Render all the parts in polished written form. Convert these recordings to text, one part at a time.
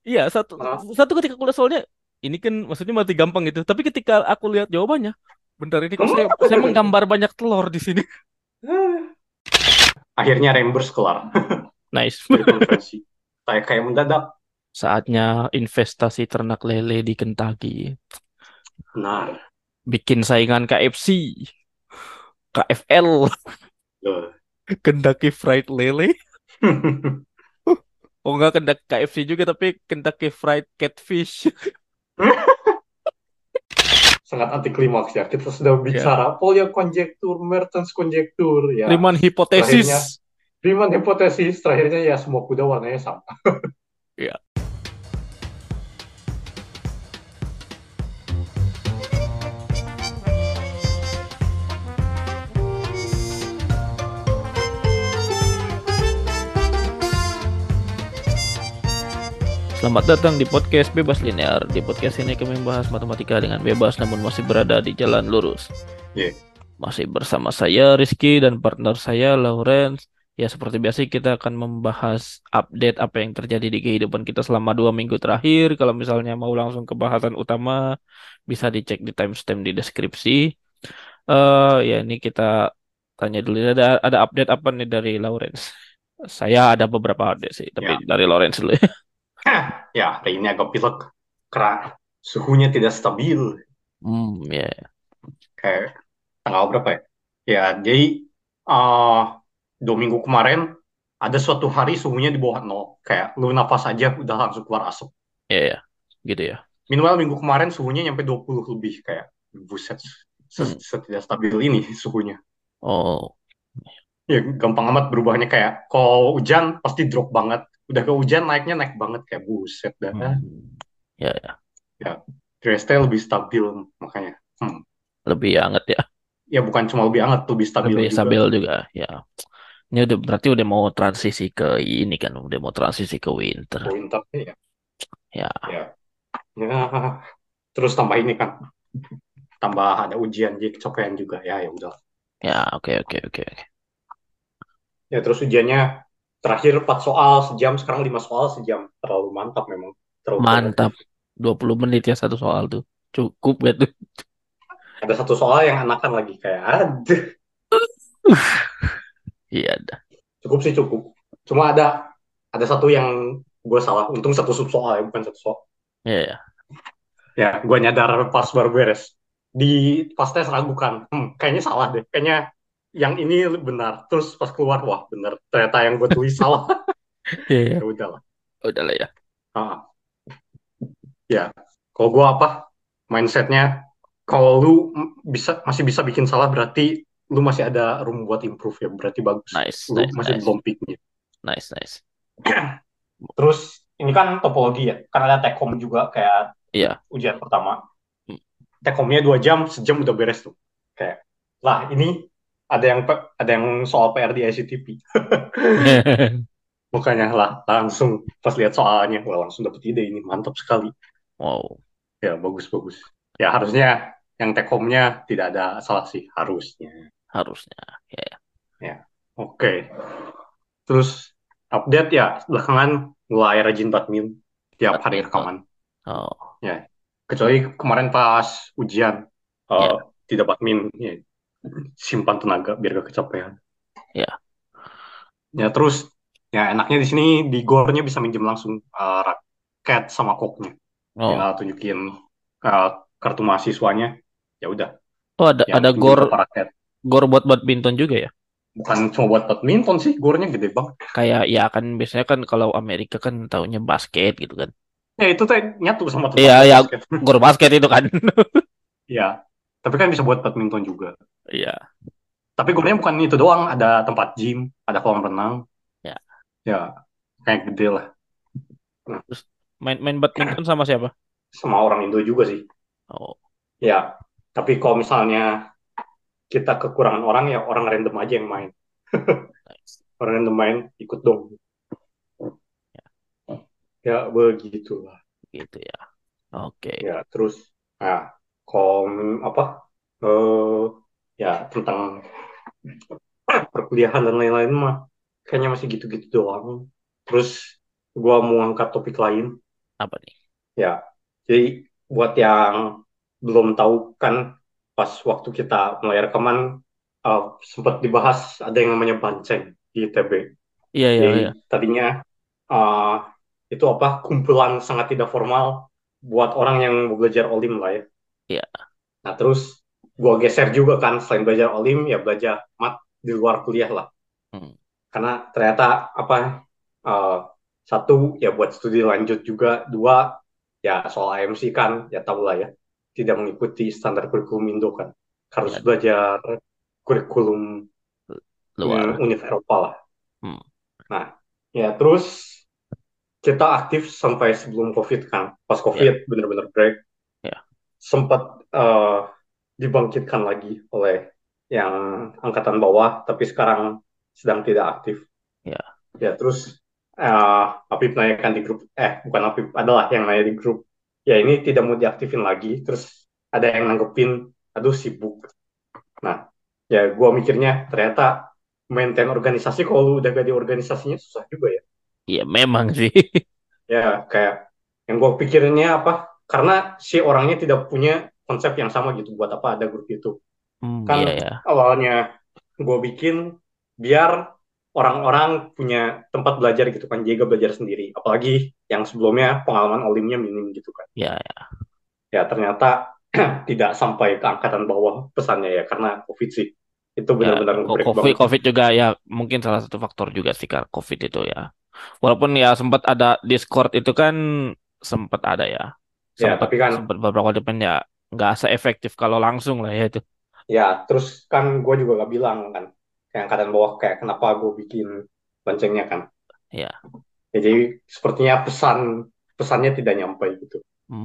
Iya, satu Hah? satu ketika aku lihat soalnya ini kan maksudnya mati gampang gitu. Tapi ketika aku lihat jawabannya, bentar ini kok saya menggambar banyak telur di sini. Akhirnya reimburse kelar Nice. dari konferensi. Kayak mendadak. Saatnya investasi ternak lele di Kentucky. Benar. Bikin saingan KFC, KFL, Loh. Kentucky Fried Lele. Oh enggak Kentucky KFC juga tapi Kentucky Fried Catfish. Sangat anti klimaks ya. Kita sudah Ya. bicara polio konjektur, Mertens konjektur, ya. Riemann Terakhirnya hipotesis. Riemann hipotesis, terakhirnya ya semua kuda warnanya sama. Ya. Selamat datang di podcast Bebas Linear. Di podcast ini kami membahas matematika dengan bebas namun masih berada di jalan lurus. Yeah. Masih bersama saya Rizky dan partner saya Lawrence. Ya seperti biasa kita akan membahas update apa yang terjadi di kehidupan kita selama 2 minggu terakhir. Kalau misalnya mau langsung ke bahasan utama bisa dicek di timestamp di deskripsi. Ya ini kita tanya dulu ada update apa nih dari Lawrence? Saya ada beberapa update sih, tapi Ya, dari Lawrence dulu. ya, hari ini agak pilek karena suhunya tidak stabil. Ya. Kayak tanggal berapa ya? Ya, jadi uh, 2 minggu kemarin ada suatu hari suhunya di bawah nol. Kayak lu nafas aja udah langsung keluar asap. Ya, ya, gitu ya. Minimal minggu kemarin suhunya nyampe 20 lebih. Kayak buset, Hmm. setidak stabil ini suhunya. Oh, Ya gampang amat berubahnya, kayak kalau hujan pasti drop banget. Udah ke hujan naiknya naik banget, kayak buset dah. hmm. Ya, ya, Ya, Dresde lebih stabil makanya. lebih hangat ya, Ya bukan cuma lebih hangat, lebih stabil lebih juga. stabil juga. Ya, ini udah berarti udah mau transisi ke ini kan, udah mau transisi ke winter. Winternya ya. Ya, Ya, ya. Terus tambah ini kan, tambah ada ujian jadi kecapean juga. Ya, ya udah. ya, oke, oke, oke, oke. Ya terus ujiannya terakhir 4 soal sejam, sekarang 5 soal sejam. Terlalu mantap memang, terlalu Mantap. produktif. 20 menit ya satu soal tuh. Cukup gitu. Ada satu soal yang anakan lagi, kayak aduh. Iya dah. Cukup sih cukup. Cuma ada satu yang gue salah. Untung satu sub soal ya, bukan satu soal. Ya, ya. Ya, gue nyadar pas baru beres. Di pas tes ragukan, kayaknya salah deh. Kayaknya yang ini benar. Terus pas keluar, wah benar. Ternyata yang gue tulis salah. Ya, ya. Ya udahlah. Udah lah ya. Ah, ya, kalau gue apa? Mindsetnya, kalau lu masih bisa bikin salah, berarti lu masih ada room buat improve ya. Berarti bagus. Nice, Lu nice, masih nice. belum peaknya. Nice, nice. Terus ini kan topologi ya. Karena ada take home juga kayak Iya. ujian pertama. Take home-nya 2 jam, sejam udah beres tuh. Kayak, lah ini ada yang soal PR di ICTP. Makanya lah langsung pas lihat soalnya, wah langsung dapet ide, ini mantap sekali. Wow, Ya bagus bagus. Ya harusnya yang take home-nya tidak ada salah sih, harusnya. harusnya. Ya, ya. Ya, oke. Terus update ya, belakangan mulai rajin badminton tiap hari Badminton. rekaman. Oh, Ya, kecuali kemarin pas ujian ya, tidak badminton, ya, simpan tenaga biar gak kecapean. ya. Ya terus, ya enaknya di sini di gornya bisa minjem langsung raket sama koknya. Oh. Tinggal tunjukin uh, kartu mahasiswanya, ya udah, Oh, yang ada pinjem gor berapa raket. gor buat badminton juga ya? Bukan cuma buat badminton sih, gornya gede banget. Kayak ya kan biasanya kan kalau Amerika kan taunya basket gitu kan. Ya itu teh nyatu sama Iya, tempatnya ya basket. gor basket itu kan. Ya, tapi kan bisa buat badminton juga. Iya, Tapi gornya bukan itu doang, ada tempat gym, ada kolam renang, ya. ya kayak gede lah. Nah, Terus main badminton sama siapa? sama orang Indo juga sih. Oh, Ya, tapi kalau misalnya kita kekurangan orang, ya orang random aja yang main. nice. Orang random main ikut dong. Ya, Ya begitulah. gitu ya. Oke. Ya terus, nah, kom apa? eh ya tentang perkuliahan dan lain-lain mah kayaknya masih gitu-gitu doang. Terus gua mau angkat topik lain. Apa nih? Ya, jadi buat yang belum tahu kan, pas waktu kita mulai rekaman uh, sempat dibahas ada yang namanya Banceng di ITB. Iya, iya, Jadi iya. tadinya uh, itu apa kumpulan sangat tidak formal buat orang yang mau belajar olim lah ya. Iya. Nah terus gua geser juga kan, selain belajar olim ya belajar mat di luar kuliah lah. Hmm. Karena ternyata apa uh, satu ya buat studi lanjut juga, dua ya soal IMC kan ya tau lah ya, tidak mengikuti standar kurikulum Indo kan, harus Ya, belajar kurikulum luar. Univ Eropa lah. Hmm. Nah ya terus kita aktif sampai sebelum COVID kan, pas Ya, COVID bener-bener break, ya, sempat dibangkitkan lagi oleh yang angkatan bawah tapi sekarang sedang tidak aktif. ya, Ya terus Apip nanyakan di grup, bukan Apip, adalah yang nanya di grup, ya ini tidak mau diaktifin lagi, terus ada yang nanggepin, aduh sibuk. Nah ya gua mikirnya ternyata maintain organisasi kalau lu udah gak di organisasinya susah juga ya. ya memang sih. Ya kayak yang gue pikirinnya apa, karena si orangnya tidak punya konsep yang sama gitu, buat apa ada grup itu Hmm, kan. iya, ya. Awalnya gue bikin biar orang-orang punya tempat belajar gitu kan, jaga belajar sendiri, apalagi yang sebelumnya pengalaman olimnya minim gitu kan. Ya, ya. Ya ternyata tidak sampai ke angkatan bawah pesannya ya, karena COVID sih itu Ya, benar-benar nge-break COVID, banget COVID gitu. juga ya mungkin salah satu faktor juga sih Kak, COVID itu ya. Walaupun ya sempat ada Discord itu kan sempat ada ya. Ya Sempat tapi kan, sempat beberapa depan ya nggak seefektif kalau langsung lah ya itu. ya terus kan gue juga gak bilang kan kayak angkatan bawah kayak kenapa gue bikin loncengnya kan. Ya. Ya, jadi sepertinya pesannya tidak nyampe gitu.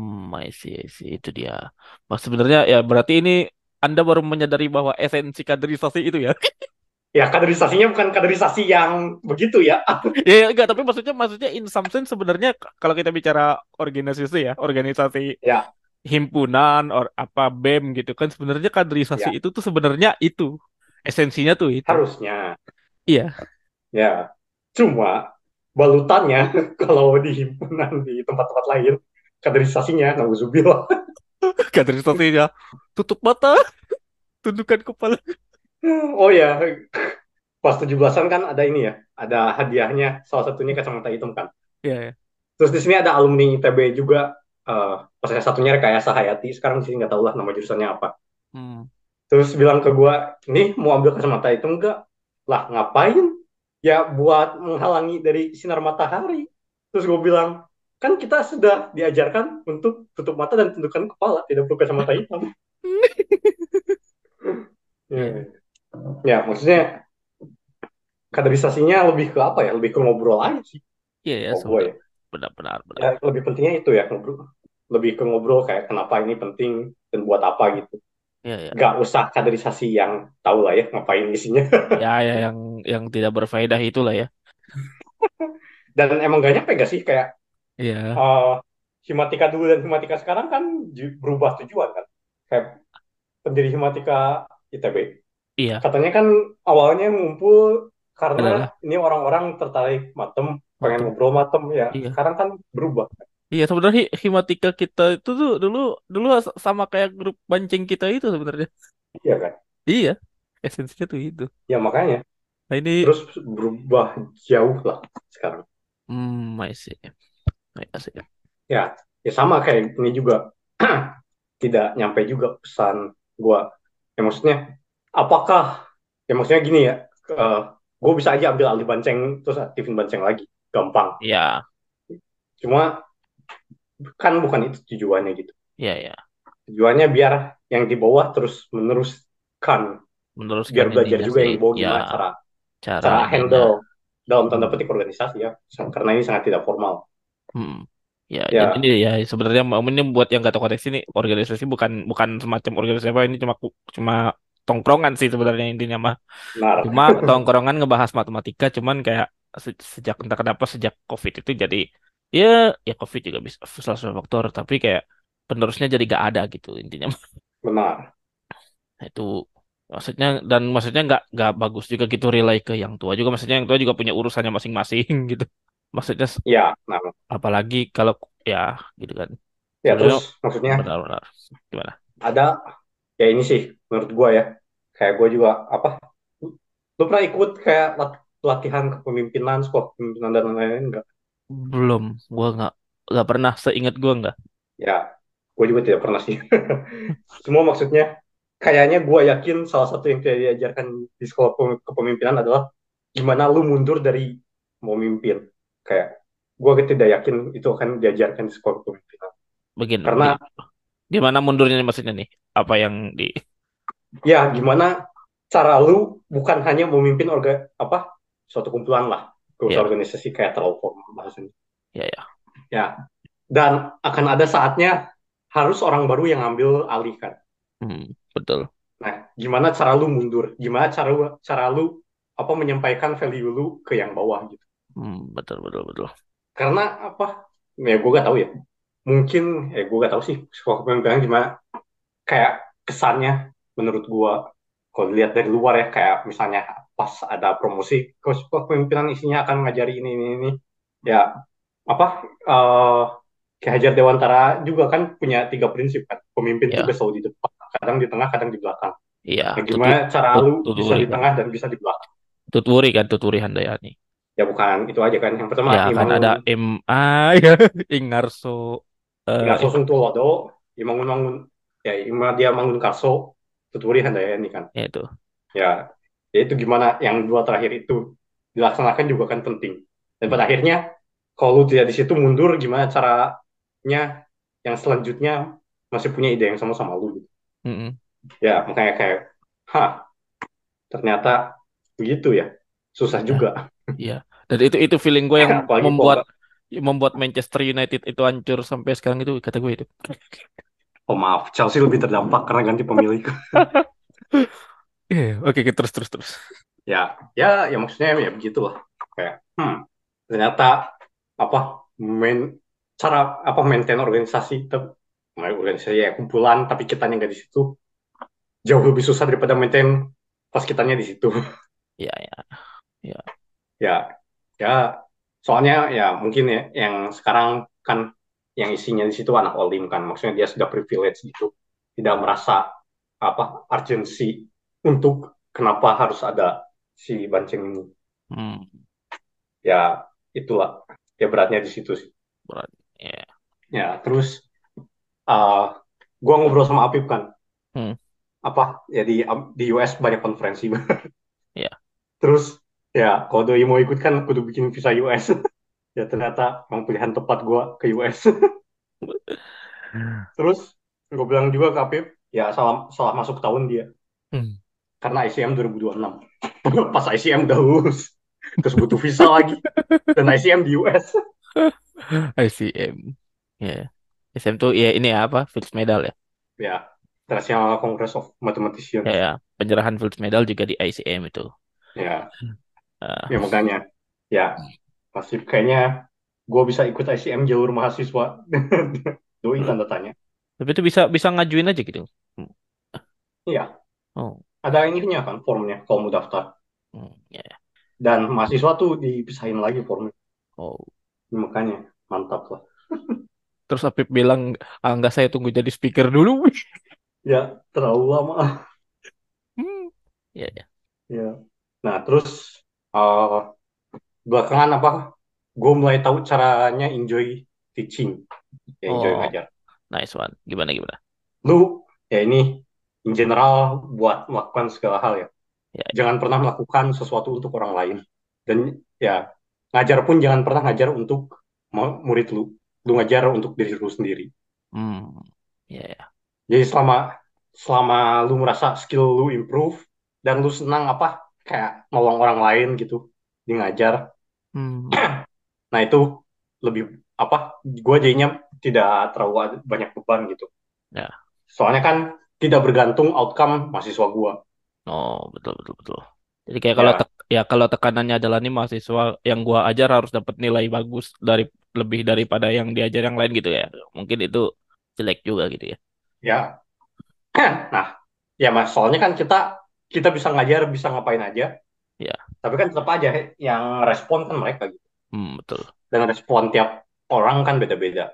I see. Itu dia. Mas sebenarnya ya berarti ini Anda baru menyadari bahwa esensi kaderisasi itu ya. Ya kaderisasinya bukan kaderisasi yang begitu ya. Ya, ya, enggak, tapi maksudnya in some sense sebenarnya kalau kita bicara organisasi ya, organisasi Ya, himpunan or apa BEM gitu kan sebenarnya kaderisasi ya itu tuh sebenarnya itu esensinya tuh itu. harusnya. Iya, Ya, cuma balutannya kalau di himpunan di tempat-tempat lain kaderisasinya nauzubillah. kaderisasinya tutup mata, tundukkan kepala. Oh ya, pas 17-an kan ada ini ya, ada hadiahnya, salah satunya kacamata hitam kan. Iya, ya. Terus di sini ada alumni ITB juga, pas satunya Rekayasa Hayati, sekarang di sini nggak tahu lah nama jurusannya apa. Hmm. Terus bilang ke gue, nih mau ambil kacamata itu enggak? Lah ngapain? Ya buat menghalangi dari sinar matahari. Terus gue bilang, kan kita sudah diajarkan untuk tutup mata dan tundukkan kepala, tidak perlu kacamata hitam. Iya, Ya, ya maksudnya kaderisasinya lebih ke apa ya? Lebih ke ngobrol aja sih, iya ya, kalau gue sudah ya. benar. Ya lebih pentingnya itu ya, ngobrol. Lebih ke ngobrol kayak kenapa ini penting dan buat apa gitu. Iya, ya. Gak usah kaderisasi yang tahu lah ya ngapain isinya. Ya, ya yang tidak berfaedah itulah ya. Dan emang gak nyampe gak sih kayak Iya, uh, Himatika dulu dan Himatika sekarang kan berubah tujuan kan. Kayak pendiri Himatika ITB. iya Katanya kan awalnya ngumpul adalah karena ini orang-orang tertarik matem, pengen matem. ngobrol matem ya. Iya. Sekarang kan berubah. Iya, sebenarnya Himatika kita itu tuh dulu dulu sama kayak grup bancing kita itu sebenarnya. Iya kan? Iya, esensinya tuh itu. Ya makanya. Nah ini, Terus berubah jauh lah sekarang. I see. I see. Ya, ya sama kayak ini juga. Tidak nyampe juga pesan gua. Ya maksudnya, apakah, ya maksudnya gini ya, gue bisa aja ambil alih banceng, terus aktifin banceng lagi. Gampang. Ya, Cuma kan bukan itu tujuannya gitu. ya. Tujuannya biar yang di bawah terus meneruskan, biar Meneruskan belajar intinya juga sih. yang di bawah Ya, gimana cara cara cara ininya. handle dalam tanda Hmm. petik organisasi ya, karena ini sangat tidak formal. Hmm. Ya, jadi ini Ya ya sebenarnya ini buat yang gak tahu konteks ini organisasi bukan bukan semacam organisasi apa ini cuma cuma tongkrongan sih sebenarnya intinya mah. benar, Cuma tongkrongan ngebahas matematika cuman kayak sejak entah kenapa sejak COVID itu jadi ya ya COVID juga bisa salah satu faktor tapi kayak penerusnya jadi gak ada gitu intinya. benar. Nah, itu maksudnya nggak bagus juga gitu relay ke yang tua juga maksudnya yang tua juga punya urusannya masing-masing gitu. Maksudnya Ya, nah, apalagi kalau ya gitu kan. Ya Sebenarnya terus maksudnya benar-benar gimana? ada, ya ini sih menurut gue ya, kayak gue juga apa, lu pernah ikut kayak latihan kepemimpinan, sekolah kepemimpinan dan lain-lain enggak? Belum, gua nggak pernah, seingat gua nggak. Ya, gue juga tidak pernah sih. Semua maksudnya, kayaknya gue yakin salah satu yang tidak diajarkan di sekolah kepemimpinan adalah gimana lu mundur dari memimpin. Kayak gue tidak yakin itu akan diajarkan di sekolah kepemimpinan. Begini, Karena gimana mundurnya nih maksudnya nih? Apa yang di ya gimana cara lu bukan hanya memimpin apa suatu kumpulan lah, gak usah ya, organisasi kayak terlalu formal bahasanya. ya, ya. Ya, dan akan ada saatnya harus orang baru yang ambil alih kan. Betul. Nah, gimana cara lu mundur? Gimana cara lu apa menyampaikan value lu ke yang bawah gitu? Betul, betul, betul. Karena apa? Ya gue gak tahu ya. Mungkin gue gak tahu sih sekolah kepemimpinan gimana. Kayak kesannya menurut gue kalau dilihat dari luar ya, kayak misalnya pas ada promosi ke sekolah kepemimpinan isinya akan ngajari ini. Ya apa? eh Ki Hajar Dewantara juga kan punya tiga prinsip kan. Pemimpin tuh Ya, gak selalu di depan, kadang di tengah, kadang di belakang. iya, Nah, gimana cara lu bisa tuturi di kan. tengah dan bisa di belakang? Tuturi kan, tuturi Handayani. Ya bukan itu aja kan. Yang pertama Ya kan Imangun ada MA ya, Ingarso Ingarso Ima, Sungtulodo, Imangun Mangun, ya Ima dia Mangun Karso, Tuturi Handayani kan. ya itu. Ya, ya itu gimana yang dua terakhir itu dilaksanakan juga kan penting. Dan pada Hmm, akhirnya kalau lu tidak di situ mundur, gimana caranya yang selanjutnya masih punya ide yang sama sama lu gitu. mm-mm. Ya makanya kayak, hah, ternyata begitu ya, susah Ya, juga. iya. Dan itu feeling gue yang Apalagi kalau membuat nggak, membuat Manchester United itu hancur sampai sekarang itu kata gue itu. oh maaf, Chelsea lebih terdampak karena ganti pemilik. Oke, oke, terus terus terus. Ya maksudnya ya begitulah. Kayak, ternyata apa main cara apa maintain organisasi, organisasi ya kumpulan, tapi kitanya nggak di situ, jauh lebih susah daripada maintain pas kitanya di situ. Ya, ya, ya. Ya, ya, soalnya ya mungkin ya yang sekarang kan yang isinya di situ anak olim kan, maksudnya dia sudah privilege gitu, tidak Hmm, merasa apa urgensi untuk kenapa harus ada si Banceng ini. hmm, Ya itulah, ya beratnya di situ sih. berat. Ya. Ya terus uh, gua ngobrol sama Apip kan, Hmm, apa ya di US banyak konferensi. ya. Terus ya kalau doi mau ikut kan kudu bikin visa US. Ya ternyata emang pilihan tepat gua ke US. Terus gue bilang juga ke Apip, ya salah salah masuk tahun dia Hmm. karena ICM 2026. Pas ICM udah lulus, terus butuh visa lagi, dan ICM di US. ICM. Ya. SM tuh ya ini ya apa? Fields Medal ya. Ya, International Congress of Ya, Mathematicians. ya. Penyerahan Fields Medal juga di ICM itu. Ya, Ah. ya makanya, ya pasti kayaknya gue bisa ikut ICM jalur mahasiswa. Doi tanda tanya. Tapi itu bisa bisa ngajuin aja gitu. Hmm. Iya, Oh, ada ininya kan formnya kalau mau daftar. ya, ya. Dan mahasiswa tuh dipisahin lagi formnya. Oh. Makanya mantap lah. Terus Apip bilang, ah, nggak, saya tunggu jadi speaker dulu. Ya terlalu lama. Hmm. Ya, ya. Ya. Nah terus uh, belakangan apa? Gue mulai tahu caranya enjoy teaching, ya enjoy Oh, ngajar. nice one. Gimana gimana? Lu ya ini in general buat melakukan segala hal ya. Ya, ya. Jangan pernah melakukan sesuatu untuk orang lain. Dan ya ngajar pun jangan pernah ngajar untuk murid lu. Lu ngajar untuk diri lu sendiri. Hmm. Ya, ya. Jadi selama selama lu merasa skill lu improve dan lu senang apa kayak nolong orang lain gitu di ngajar, Hmm. nah itu lebih apa? Gue jadinya tidak terlalu banyak beban gitu. Ya. Soalnya kan tidak bergantung outcome mahasiswa gue. Oh, betul betul betul. Jadi kayak kalau Ya, ya kalau tekanannya adalah nih mahasiswa yang gua ajar harus dapat nilai bagus dari lebih daripada yang diajar yang lain gitu ya. Mungkin itu jelek juga gitu ya. ya. Nah, ya mas. Soalnya kan kita kita bisa ngajar, bisa ngapain aja. Ya, Tapi kan tetap aja yang respon kan mereka gitu. betul. Dan respon tiap orang kan beda-beda.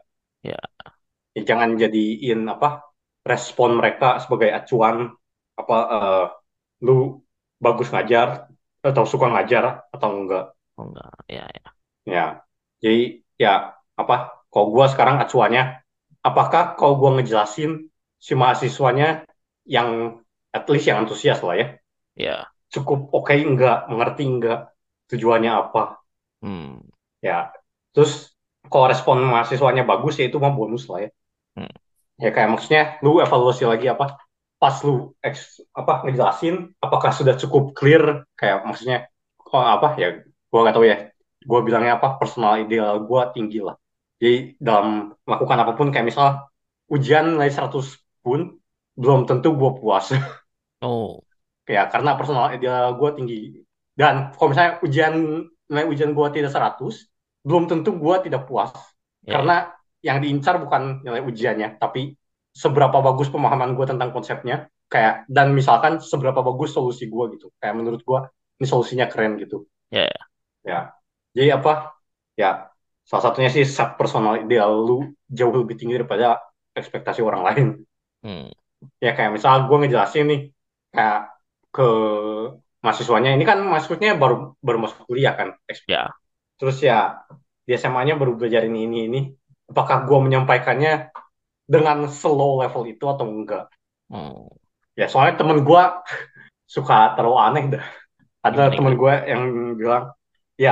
Ya, Ya, jangan jadiin apa respon mereka sebagai acuan apa lu bagus ngajar atau suka ngajar atau enggak. oh enggak, ya, ya, Ya, jadi ya apa? Kalau gua sekarang acuannya, apakah kalau gua ngejelasin si mahasiswanya yang at least yang antusias lah ya, ya, cukup oke enggak, mengerti enggak tujuannya apa? hmm, Ya, terus kalau respon mahasiswanya bagus ya itu mah bonus lah ya. hmm, Ya kayak maksudnya lu evaluasi lagi apa? Pas lu apa ngejelasin, apakah sudah cukup clear? Kayak maksudnya oh, apa ya? Gua nggak tahu ya. Gua bilangnya apa? Personal ideal gua tinggi lah. Jadi dalam melakukan apapun kayak misal ujian nilai 100 pun belum tentu gua puas. oh, Ya karena personal ideal gua tinggi. Dan kalau misalnya nilai ujian gua tidak 100 belum tentu gua tidak puas. ya, ya, Karena yang diincar bukan nilai ujiannya, tapi seberapa bagus pemahaman gua tentang konsepnya, kayak dan misalkan seberapa bagus solusi gua gitu. Kayak menurut gua ini solusinya keren gitu. ya, ya, Ya. Jadi apa? Ya, salah satunya sih set personal ideal lu jauh lebih tinggi daripada ekspektasi orang lain. hmm, Ya kayak misal gue ngejelasin nih kayak ke mahasiswanya ini kan mahasiswanya baru baru masuk kuliah kan. ya, Terus ya di SMA-nya baru belajar ini. Apakah gue menyampaikannya dengan slow level itu atau enggak? oh, Ya soalnya temen gue suka terlalu aneh dah. Ada gimana temen gimana? gue yang bilang, ya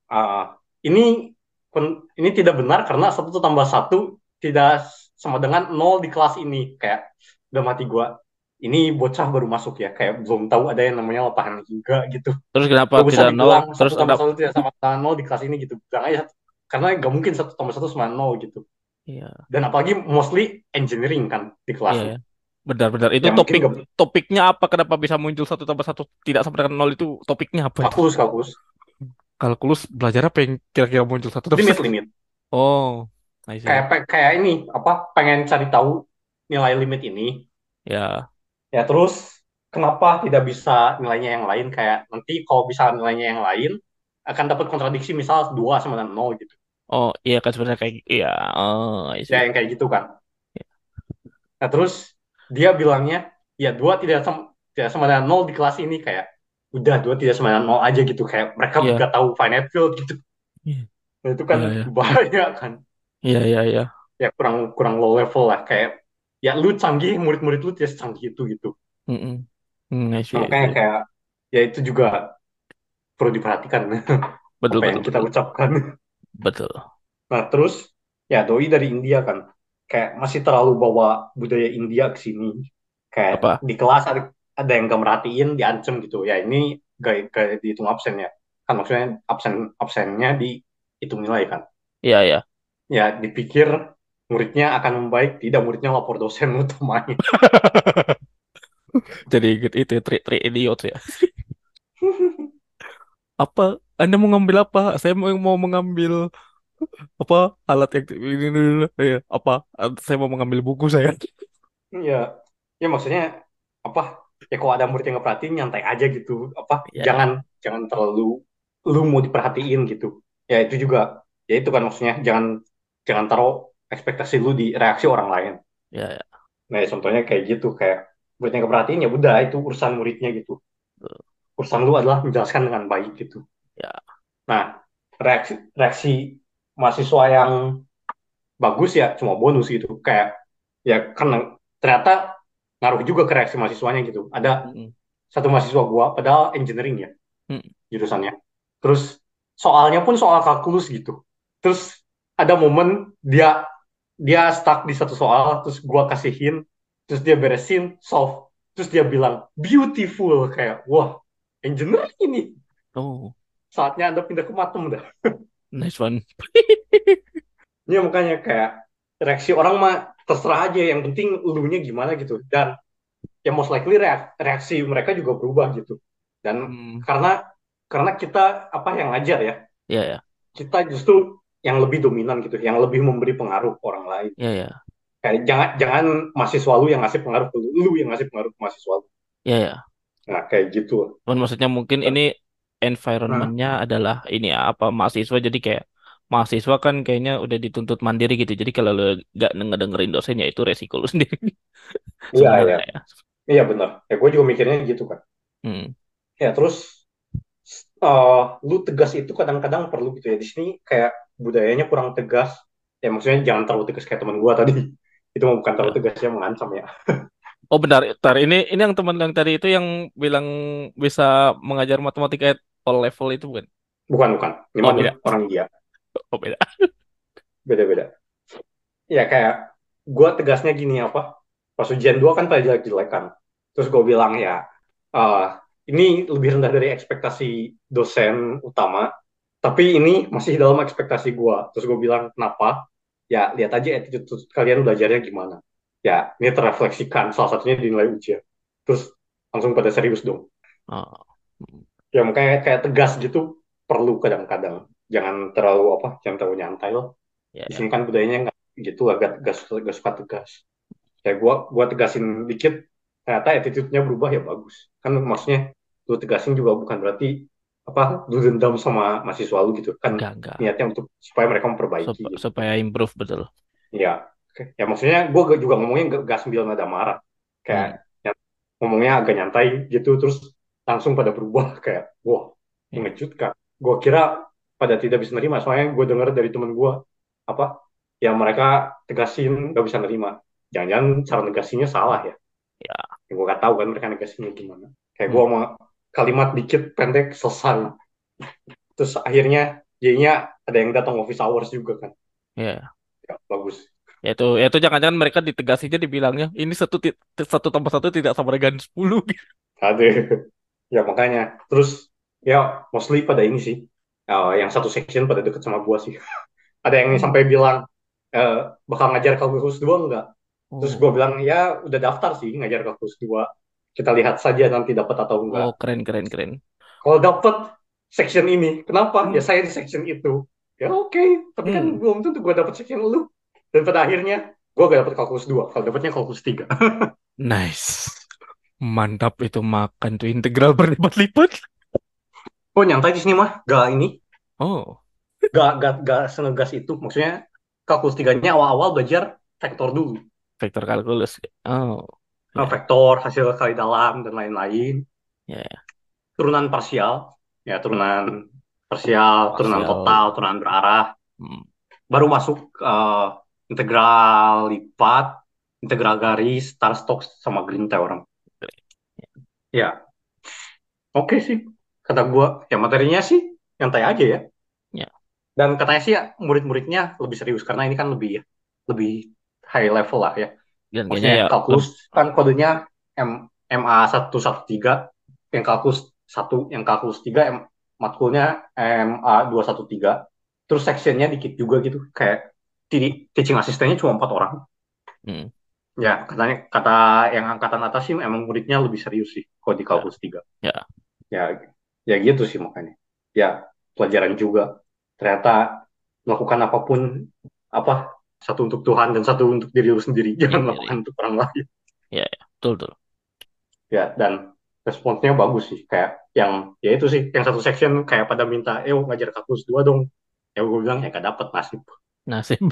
ini ini tidak benar karena satu tambah satu tidak sama dengan nol di kelas ini. Kayak udah mati gue. Ini bocah baru masuk ya, kayak belum tahu ada yang namanya lapangan hingga gitu. Terus kenapa Gak bisa tidak nol? dibilang Terus satu tambah kenapa? satu tidak sama dengan nol di kelas ini gitu. Bilang aja, karena gak mungkin satu tambah satu sama nol gitu. Iya, Dan apalagi mostly engineering kan di iya, kelasnya. ya. Benar-benar itu Ya mungkin gak topiknya apa? Kenapa bisa muncul satu tambah satu tidak sama dengan nol itu topiknya apa itu? kalkulus. Kalkulus belajar apa yang kira-kira muncul satu tambah satu? Limit-limit. Oh, I see. Kayak ini apa pengen cari tahu nilai limit ini. Ya, Ya terus kenapa tidak bisa nilainya yang lain kayak nanti kalau bisa nilainya yang lain akan dapat kontradiksi misal 2 sama dengan 0 gitu. oh iya kan sebenarnya kayak iya, oh I Ya see. yang kayak gitu kan. Nah terus dia bilangnya ya 2 tidak sama dengan 0 di kelas ini kayak udah 2 tidak sama dengan 0 aja gitu kayak mereka Iya, gak tahu finite field gitu. iya, Nah, itu kan iya, iya, bahaya kan. iya, iya, iya. Ya kurang kurang low level lah kayak ya lu canggih murid-murid lu tidak secanggih itu gitu. Mm-mm. I Nah, see, I makanya see. kayak ya itu juga perlu diperhatikan Betul, apa yang betul, kita betul, ucapkan. betul. Nah, terus ya doi dari India kan, kayak masih terlalu bawa budaya India ke sini. Kayak Apa? di kelas ada yang gak merhatiin, diancem gitu. Ya ini gak dihitung absen ya. Kan maksudnya absennya dihitung nilai kan. Iya, iya. Ya dipikir muridnya akan membaik, tidak muridnya lapor dosen utamanya. Jadi inget itu ya, trik-trik idiot ya. Apa? Anda mau ngambil apa? Saya mau mengambil apa alat yang ini, ya, apa? Saya mau mengambil buku saya. Ya, ya maksudnya apa? Ya kalau ada murid yang nggak perhatiin nyantai aja gitu. Apa? Ya, Jangan ya, jangan terlalu lu mau diperhatiin gitu. Ya itu juga ya itu kan maksudnya jangan jangan taruh ekspektasi lu di reaksi orang lain. ya, ya. Nah, ya, contohnya kayak gitu kayak muridnya nggak perhatiin ya udah itu urusan muridnya gitu. Betul. Urusan lu adalah menjelaskan dengan baik gitu. Ya, Nah, reaksi reaksi mahasiswa yang bagus ya cuma bonus gitu. Kayak ya karena ternyata ngaruh juga ke reaksi mahasiswanya gitu. Ada mm-mm. satu mahasiswa gua padahal engineering ya Mm. jurusannya. Terus soalnya pun soal kalkulus gitu. Terus ada momen dia dia stuck di satu soal, terus gua kasihin, terus dia beresin, solve, terus dia bilang beautiful kayak wah engineering ini Oh, saatnya anda pindah ke matem dah. nice one. Ini makanya kayak reaksi orang mah terserah aja, yang penting elunya gimana gitu. Dan ya most likely reaksi mereka juga berubah gitu. Dan Hmm. karena karena kita apa yang ngajar ya, Ya, ya, kita justru yang lebih dominan gitu, yang lebih memberi pengaruh ke orang lain. ya, ya, Kayak jangan jangan mahasiswa lu yang ngasih pengaruh ke lu yang ngasih pengaruh ke mahasiswa lu. ya, ya. Nah, kayak gitu. Cuman maksudnya mungkin ini Nah, environmentnya adalah ini ya, apa mahasiswa jadi kayak mahasiswa kan kayaknya udah dituntut mandiri gitu. Jadi kalau lo nggak ngedengerin dosen ya itu resiko lo sendiri Iya, iya. sebenarnya ya. Iya benar. Ya gue juga mikirnya gitu kan. Hmm. Ya terus lu tegas itu kadang-kadang perlu gitu ya. Di sini kayak budayanya kurang tegas. Ya maksudnya jangan terlalu tegas kayak teman gue tadi. Itu mah bukan terlalu Ya. tegas, ya mengancam ya. Oh benar, tar ini yang teman yang tadi itu yang bilang bisa mengajar matematika at all level itu bukan? Bukan, bukan. Ini Oh mah beda. orang dia. Oh beda. Beda-beda. Ya kayak gue tegasnya gini apa. Pas ujian 2 kan pada jelek-jelek kan. Terus gue bilang ya, eh ini lebih rendah dari ekspektasi dosen utama. Tapi ini masih dalam ekspektasi gue. Terus gue bilang, kenapa? Ya, lihat aja attitude kalian belajarnya gimana. Ya, ini terrefleksikan. Salah satunya di nilai ujian. Terus langsung pada serius dong. Oh. Hmm. Ya, makanya kayak tegas gitu perlu kadang-kadang. Jangan terlalu nyantai loh. Ya, Di sini ya. kan budayanya nggak gitu lah, gak suka tegas. Kayak gua tegasin dikit, ternyata attitude-nya berubah ya bagus. Kan maksudnya lu tegasin juga bukan berarti lu dendam sama mahasiswa lu gitu kan, Enggak. niatnya untuk supaya mereka memperbaiki gitu. Supaya improve betul. Ya, ya maksudnya gue juga ngomongnya gak sambil nada marah, kayak Hmm. ya, ngomongnya agak nyantai gitu, terus langsung pada berubah kayak wah, Ya, mengejutkan. Gue kira pada tidak bisa nerima, soalnya gue dengar dari temen gue apa yang mereka tegasin gak bisa nerima. Jangan-jangan cara negasinya salah ya. ya. Gue gak tahu kan mereka negasinya gimana. Kayak Hmm. gue mau kalimat dikit pendek selesai. Terus akhirnya jadinya ada yang datang office hours juga kan. Ya. Ya, bagus. Ya itu jangan-jangan mereka ditegasinya dibilangnya ini satu tambah satu tidak sama dengan 10 gitu. Ada. Ya makanya. Terus ya mostly pada ini sih. Yang satu section pada deket sama gua sih. Ada yang Hmm. sampai bilang eh, bakal ngajar kalkulus 2 enggak? Terus gua Oh, bilang ya udah daftar sih ngajar kalkulus 2. Kita lihat saja nanti dapat atau enggak. oh keren keren keren. Kalau dapat section ini, kenapa? Ya Hmm. saya di section itu. Ya oke, tapi kan Hmm. belum tentu gua dapat section lu. Dan pada akhirnya gua gak dapat kalkulus 2. Kalau dapatnya kalkulus 3. Nice. Mantap itu makan tuh integral berlipat-lipat. Oh nyantai di sini mah. Gak ini. Oh, Gak senegas itu. Maksudnya kalkulus tiganya awal-awal belajar vektor dulu. vektor kalkulus. Oh, ya, Vektor, hasil kali dalam, dan lain-lain. ya, Turunan parsial. Ya, turunan parsial, turunan total, parsial. turunan berarah. Hmm. Baru masuk integral lipat, integral garis, star Stokes, sama Green theorem. Ya, oke sih. Kata gua, ya materinya sih nyantai aja ya. Ya, Dan katanya sih ya, murid-muridnya lebih serius karena ini kan lebih high level lah ya. dan kayaknya Maksudnya ya kalkulus kan kodenya MA 113, yang kalkulus satu, yang kalkulus 3 matkulnya MA 213. Terus sectionnya dikit juga gitu, kayak teaching asistennya cuma 4 orang. hmm, Ya, kata yang angkatan atas sih emang muridnya lebih serius sih kalau di ya, kalkulus 3. ya, Ya, ya gitu sih makanya. Ya, pelajaran juga. Ternyata melakukan apapun apa satu untuk Tuhan dan satu untuk diri lu sendiri. Jangan melakukan sendiri. untuk orang lain. Ya, ya, betul betul. Ya, dan responsnya bagus sih. Kayak yang ya itu sih, yang satu section kayak pada minta, ngajar kalkulus 2 dong. Ya gue bilang ya gak dapet nasib. Nasib.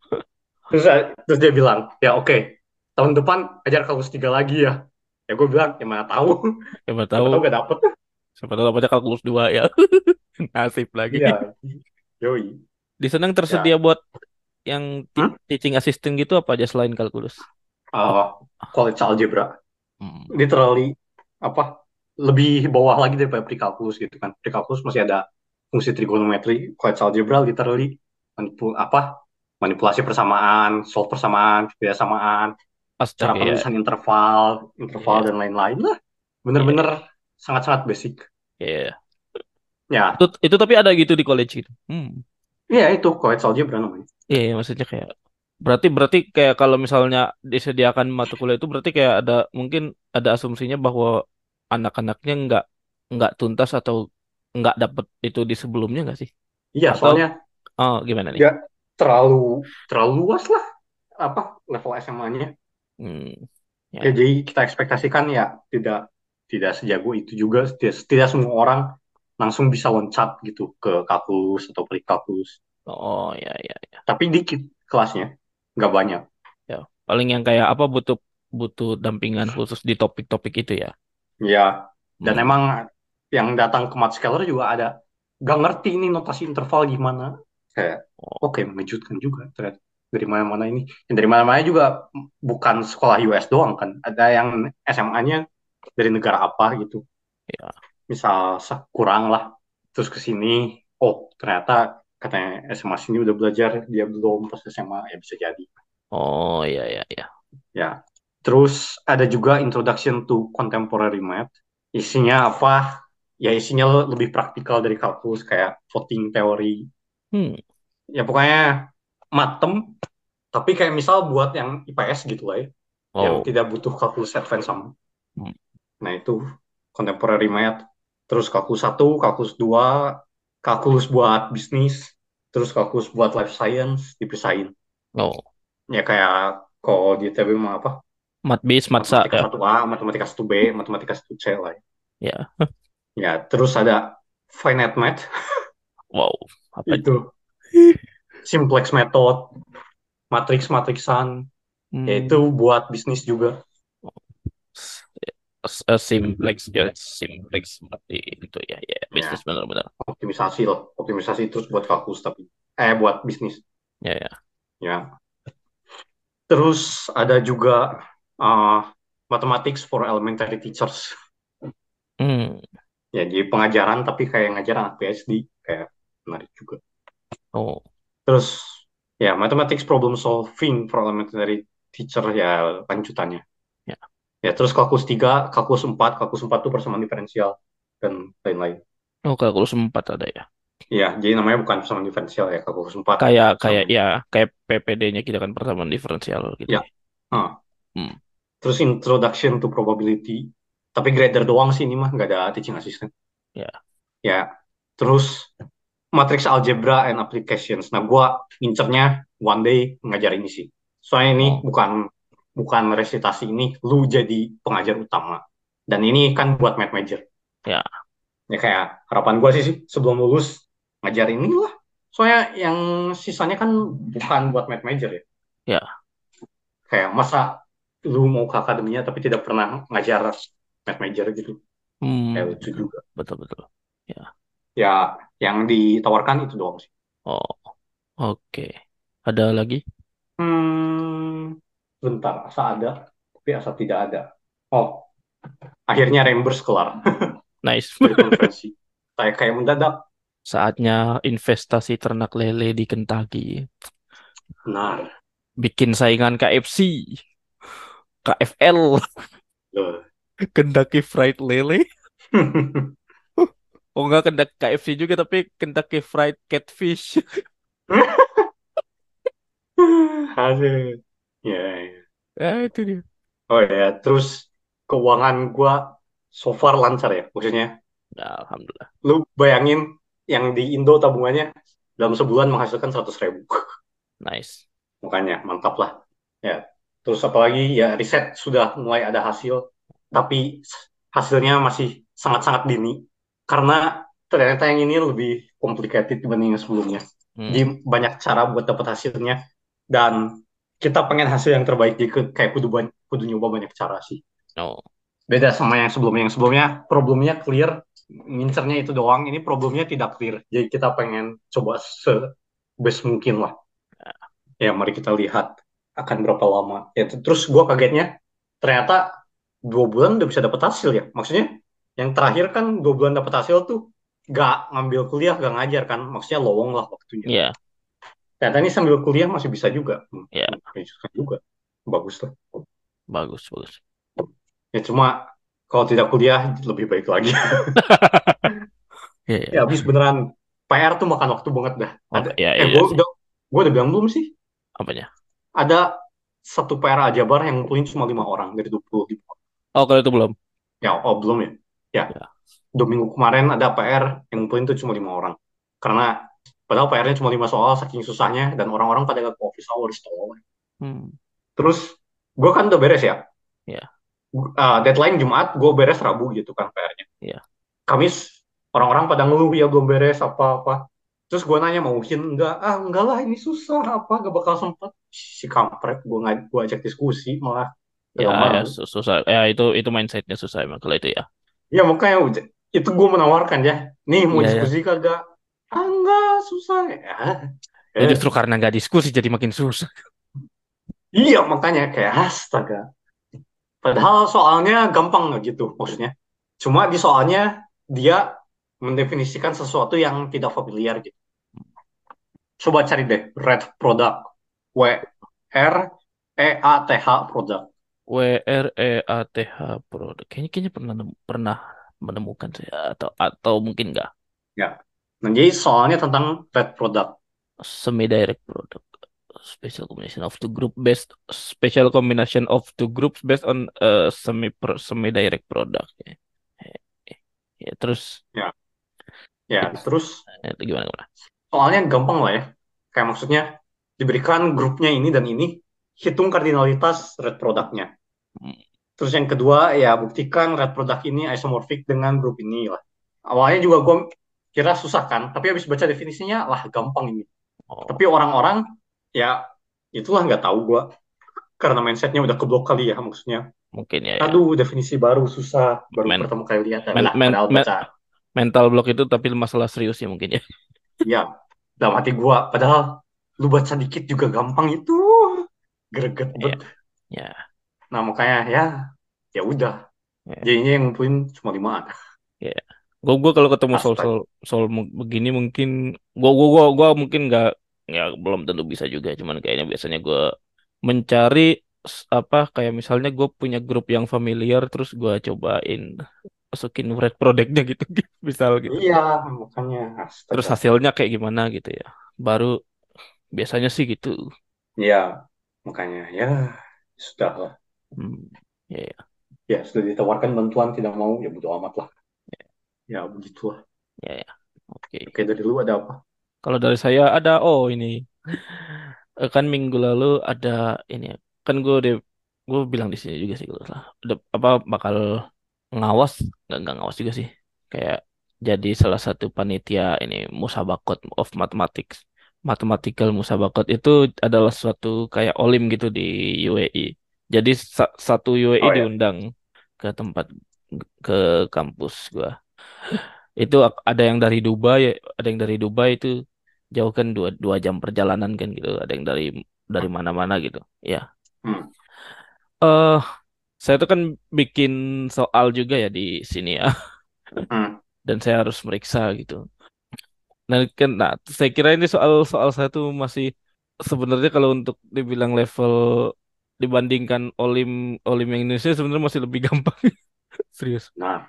Terus dia bilang, ya oke, tahun depan ajar kalkulus 3 lagi ya. Ya gue bilang, ya mana tahu. Siapa Siapa tahu, tahu gak dapet. siapa tahu dapatnya kalkulus 2 ya. Nasib lagi. Iya, yoi. Di sana yang tersedia Ya, buat yang hmm? teaching assistant gitu apa aja selain kalkulus? Oh, Uh, college algebra. hmm, Literally apa lebih bawah lagi daripada prekalkulus gitu kan. Prekalkulus masih ada fungsi trigonometri, college algebra literally manipulasi persamaan, solve persamaan, kebiasaan, cara astaga ya. penulisan interval, interval Ya, dan lain-lain lah. ya, Bener-bener ya. sangat-sangat basic. Ya. Ya, Itu tapi ada gitu di college gitu. ya itu college algebra namanya. Iya, iya, maksudnya kayak berarti berarti kayak kalau misalnya disediakan mata kuliah itu berarti kayak ada mungkin ada asumsinya bahwa anak-anaknya nggak tuntas atau nggak dapet itu di sebelumnya nggak sih? Iya, Atau soalnya oh gimana nih? ya terlalu terlalu luas lah level SMA-nya. Hmm, Ya, ya, jadi kita ekspektasikan ya tidak tidak sejago itu juga. Tidak semua orang langsung bisa loncat gitu ke kalkulus atau pre-kalkulus. Oh ya ya Tapi dikit kelasnya, nggak banyak. ya. Paling yang kayak apa butuh butuh dampingan khusus di topik-topik itu ya. Ya, dan Hmm. emang yang datang ke Math Scaler juga ada nggak ngerti ini notasi interval gimana. Kayak, Oh oke, mengejutkan juga ternyata. Dari mana-mana ini. Yang dari mana-mana juga bukan sekolah US doang kan. Ada yang SMA-nya dari negara apa gitu. ya. Misal kurang lah. Terus ke sini, oh ternyata katanya SMA sini udah belajar, dia belum pas SMA, ya bisa jadi. Oh ya ya ya. Ya. Terus ada juga Introduction to Contemporary Math. Isinya apa? Ya isinya lebih praktikal dari kalkulus kayak voting teori. Hmm. Ya pokoknya matem, tapi kayak misal buat yang IPS gitu lah ya. Yang Oh. tidak butuh kalkulus advance sama. Hmm. Nah itu Contemporary Math. Terus kalkulus satu, kalkulus 2, kalkulus buat bisnis, terus kalkulus buat life science dipisahin. Oh. Ya kayak kalau di ITB mah apa? Mat bis, matsa Matematika ya. 1A, matematika 1B, matematika 1C lah ya. Ya. Ya, terus ada finite math, Wow. Apa itu? itu simplex method, matrix-matrixan, yaitu Hmm. buat bisnis juga. Simplex ya, simplex seperti itu ya, ya bisnis Ya, benar-benar. optimisasi loh, optimisasi terus buat kalkulus tapi buat bisnis. Ya ya. Ya, terus ada juga uh, mathematics for elementary teachers. Hmm. Ya, jadi pengajaran tapi kayak ngajar anak PhD, kayak menarik juga. Oh Terus ya, mathematics problem solving for elementary teacher ya lanjutannya. ya. Ya, terus kalkulus 3, kalkulus 4 itu persamaan diferensial dan lain-lain. Oh kalkulus 4 ada ya. Ya, jadi namanya bukan persamaan diferensial ya, kalkulus 4 Kayak kayak persamaan. ya kayak PPD-nya kita kan pertemuan diferensial gitu Ya. ya. Hmm. Ah. Hmm. Terus introduction to probability. Tapi grader doang sih ini mah, nggak ada teaching assistant. Ya. Ya. Terus matrix algebra and applications. Nah, gua ngincernya one day ngajar ini sih. Soalnya ini Oh bukan bukan resitasi, ini lu jadi pengajar utama. Dan ini kan buat math major. ya Ya kayak harapan gue sih sebelum lulus ngajar inilah. Soalnya yang sisanya kan bukan buat math major ya. ya. Kayak masa lu mau ke akademinya tapi tidak pernah ngajar math major gitu. Kayak Hmm. lucu juga. Betul betul. Ya. Ya yang ditawarkan itu doang sih. Oh oke. Ada lagi? Bentar, asa ada tapi asa tidak ada. Oh, akhirnya reimburse kelar Nice. dari konferensi. Kayak kayak mendadak. Saatnya investasi ternak lele di Kentucky. Benar. Bikin saingan KFC, KFL, Loh. Kentucky Fried Lele. Oh enggak Kentucky KFC juga tapi Kentucky Fried Catfish. Aduh. Ya, ya. Ya itu dia. Oh ya, terus keuangan gua so far lancar ya. Maksudnya, Nah, alhamdulillah. lu bayangin yang di Indo tabungannya dalam sebulan menghasilkan 100.000. Nice. Makanya mantap lah. Ya. Terus apalagi ya riset sudah mulai ada hasil, tapi hasilnya masih sangat-sangat dini. Karena ternyata yang ini lebih complicated dibanding yang sebelumnya. Hmm. Jadi banyak cara buat dapat hasilnya. Dan kita pengen hasil yang terbaik, jadi kayak kudu nyoba banyak cara sih. Oh, Beda sama yang sebelumnya. Yang sebelumnya problemnya clear, ngincernya itu doang. Ini problemnya tidak clear. Jadi kita pengen coba sebest mungkin lah. Ya, mari kita lihat akan berapa lama. Ya, terus gue kagetnya, ternyata 2 bulan udah bisa dapat hasil ya. Maksudnya, yang terakhir kan 2 bulan dapat hasil tuh gak ngambil kuliah, gak ngajar kan. Maksudnya lowong lah waktunya. ya, Ternyata ini sambil kuliah masih bisa juga. ya, Bisa juga. Bagus lah. bagus, bagus. Ya cuma kalau tidak kuliah lebih baik lagi. Ya, Ya ya. habis beneran PR tuh makan waktu banget dah. Oh, Ada ya, gue iya sih. udah bilang belum sih? Apanya? Ada satu PR Aljabar yang ngumpulin cuma 5 orang dari 20 ribu. Oh, kalau itu belum. Ya, oh belum ya. Ya, Ya. 2 minggu kemarin ada PR yang ngumpulin tuh cuma 5 orang. Karena padahal PR-nya cuma 5 soal saking susahnya dan orang-orang pada nggak ke office hours tolol. Hmm. Terus gue kan udah beres ya. Ya, Deadline Jumat, gue beres Rabu gitu kan PR-nya. ya. Kamis orang-orang pada ngeluh ya belum beres apa-apa. Terus gue nanya mau hin enggak? Ah enggak lah ini susah apa gak bakal sempet. Si kampret gue ajak diskusi malah Ya, gak ya mau. susah. Ya itu mindsetnya susah emang kalau itu ya. Ya makanya itu gue menawarkan ya. Nih mau Iya ya. diskusi kagak? Ah enggak susah ya. Ya Eh, justru karena nggak diskusi jadi makin susah. iya makanya kayak astaga. Padahal soalnya gampang nggak gitu maksudnya. Cuma di soalnya dia mendefinisikan sesuatu yang tidak familiar gitu. Coba cari deh red product. WREATH product. WREATH produk. Kayaknya pernah menemukan saya atau mungkin nggak. Ya. Nah, jadi soalnya tentang red product. Semi direct product. Special combination of two groups based on semi direct product. Ya, Eh, ya, terus Ya. Ya. itu, Terus itu gimana? soalnya gampang lah ya. Kayak maksudnya diberikan grupnya ini dan ini, hitung kardinalitas red productnya. Hmm, Terus yang kedua ya buktikan red product ini isomorphic dengan grup ini lah. Awalnya juga gue kira susah kan, tapi habis baca definisinya lah gampang ini. Oh, Tapi orang-orang ya itulah nggak tahu gue karena mindsetnya udah keblok kali ya maksudnya. mungkin ya ya. Aduh definisi baru susah, baru Men, pertama kali lihat men, adalah men, padahal men- baca mental block itu tapi masalah serius ya mungkin ya. ya dalam hati gue. Padahal lu baca dikit juga gampang itu, greget Ya, bet. ya, Nah makanya ya ya udah ya. jadinya yang ngumpulin cuma 5. Ya. Gue kalau ketemu Astaga. soal begini mungkin gua mungkin nggak ya belum tentu bisa juga cuman kayaknya biasanya gue mencari apa kayak misalnya gue punya grup yang familiar terus gue cobain masukin red productnya gitu misal gitu Iya, makanya terus astaga. hasilnya kayak gimana gitu ya baru biasanya sih gitu. Iya, makanya ya sudah lah. Hmm, ya ya Ya sudah ditawarkan bantuan tidak mau ya bodo amat lah. Ya begitulah. ya, ya. Oke. Oke dari lu ada apa? Kalau dari saya ada ini kan minggu lalu ada ini ya. Kan gue bilang di sini juga sih kalau salah. Udah apa bakal ngawas nggak ngawas juga sih. Kayak jadi salah satu panitia ini Musabakot of Mathematics. Mathematical Musabakot itu adalah suatu kayak olim gitu di UAE. Jadi satu UAE Oh ya. diundang ke tempat ke kampus gua. Itu ada yang dari Dubai, ada yang dari Dubai itu jauh kan dua jam perjalanan kan gitu. Ada yang dari mana-mana gitu. Ya. Hmm. Eh, saya tuh kan bikin soal juga ya di sini ya, Hmm. dan saya harus meriksa gitu. Nah, saya kira ini soal saya tuh masih sebenarnya kalau untuk dibilang level dibandingkan Olim yang Indonesia sebenarnya masih lebih gampang. Serius. Nah,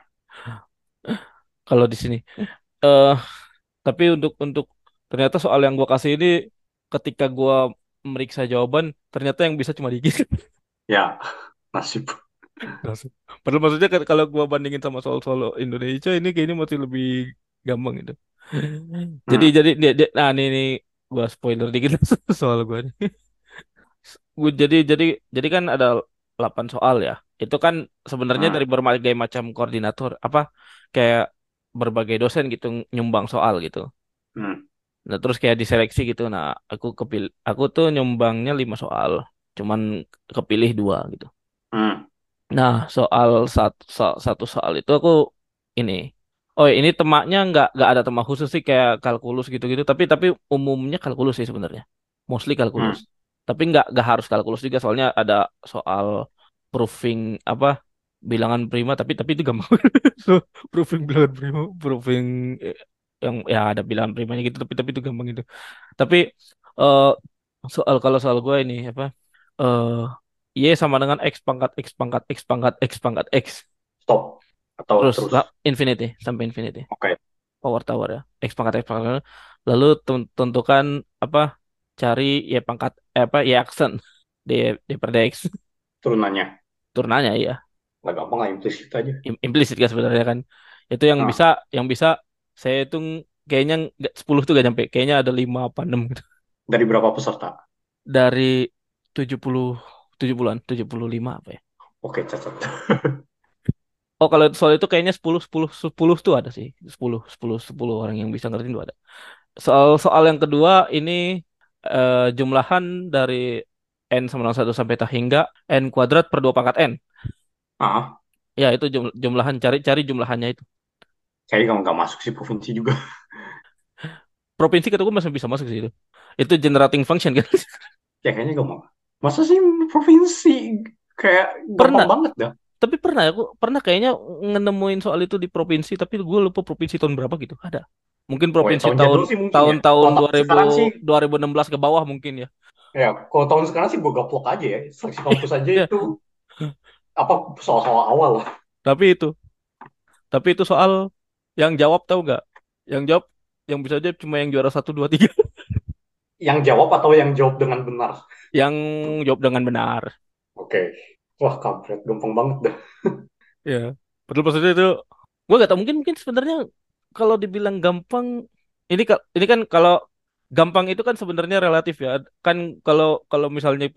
Kalau di sini. Eh, tapi untuk ternyata soal yang gua kasih ini ketika gua meriksa jawaban ternyata yang bisa cuma dikit. ya nasib. Langsung. Padahal maksudnya kalau gua bandingin sama soal-soal Indonesia ini kayaknya masih lebih gampang gitu. Jadi Hmm. jadi nah ini gua spoiler dikit soal gua nih. Gua jadi kan ada 8 soal ya. Itu kan sebenarnya Hmm. dari berbagai macam koordinator apa kayak berbagai dosen gitu nyumbang soal gitu. Hmm. Nah, terus kayak diseleksi gitu. Nah, aku tuh nyumbangnya 5 soal. Cuman kepilih 2 gitu. Hmm. Nah, satu soal itu aku ini. Oh, ini temaknya nggak ada tema khusus sih kayak kalkulus gitu-gitu. Tapi umumnya kalkulus sih sebenarnya. Mostly kalkulus. Hmm. Tapi nggak harus kalkulus juga soalnya ada soal proving apa bilangan prima tapi itu gampang. So, proving bilangan prima, proving eh, yang ya ada bilangan primanya gitu tapi itu gampang itu. Tapi eh kalau soal gue ini apa? Y sama dengan X pangkat X pangkat X pangkat X pangkat X. Stop atau Terus terus. infinity sampai infinity. Oke, Power tower ya. X pangkat. Lalu tentukan apa? Cari Y pangkat apa? Y aksen. D per dx. turunannya. Turnanya ya. Lah gampang lah implisit aja. Implisit kan sebenarnya kan. Itu Nah, yang bisa saya hitung kayaknya 10 tuh gak nyampe. Kayaknya ada 5 apa 6 gitu. dari berapa peserta? Dari 70 70-an, 75 apa ya? Oke, cacat. Oh, kalau soal itu kayaknya 10 10 10 tuh ada sih. 10 10 10 orang yang bisa ngertiin tuh ada. Soal-soal yang kedua ini jumlahan dari n sama dengan 1 sampai tak hingga n kuadrat per 2 pangkat n. Ah, Ya, itu jumlahan, cari jumlahannya itu. kayaknya kamu nggak masuk sih provinsi juga. Provinsi kata gue masih bisa masuk sih itu. Itu generating function kan. Ya kayaknya gak mau. Masa sih provinsi kayak gampang Pernah, banget dah. tapi pernah aku pernah kayaknya nemuin soal itu di provinsi, tapi gue lupa provinsi tahun berapa gitu. Ada. Mungkin Oh ya provinsi tahun tahun jadul sih mungkin ya. tahun-tahun Kalau tahun sekarang sih, 2016 ke bawah mungkin ya. ya kalau tahun sekarang sih gue gaplok aja ya. Seleksi kampus aja Ya, itu apa soal-soal awal lah. tapi itu, tapi itu soal yang jawab tahu nggak? Yang jawab, yang bisa jawab cuma yang juara 1, 2, 3. Yang jawab atau yang jawab dengan benar. Yang jawab dengan benar. Oke. Wah kampret, gampang banget dah. Ya, betul maksudnya itu. Gue gak tau, mungkin mungkin sebenarnya kalau dibilang gampang, ini kan kalau gampang itu kan sebenarnya relatif ya. Kan kalau kalau misalnya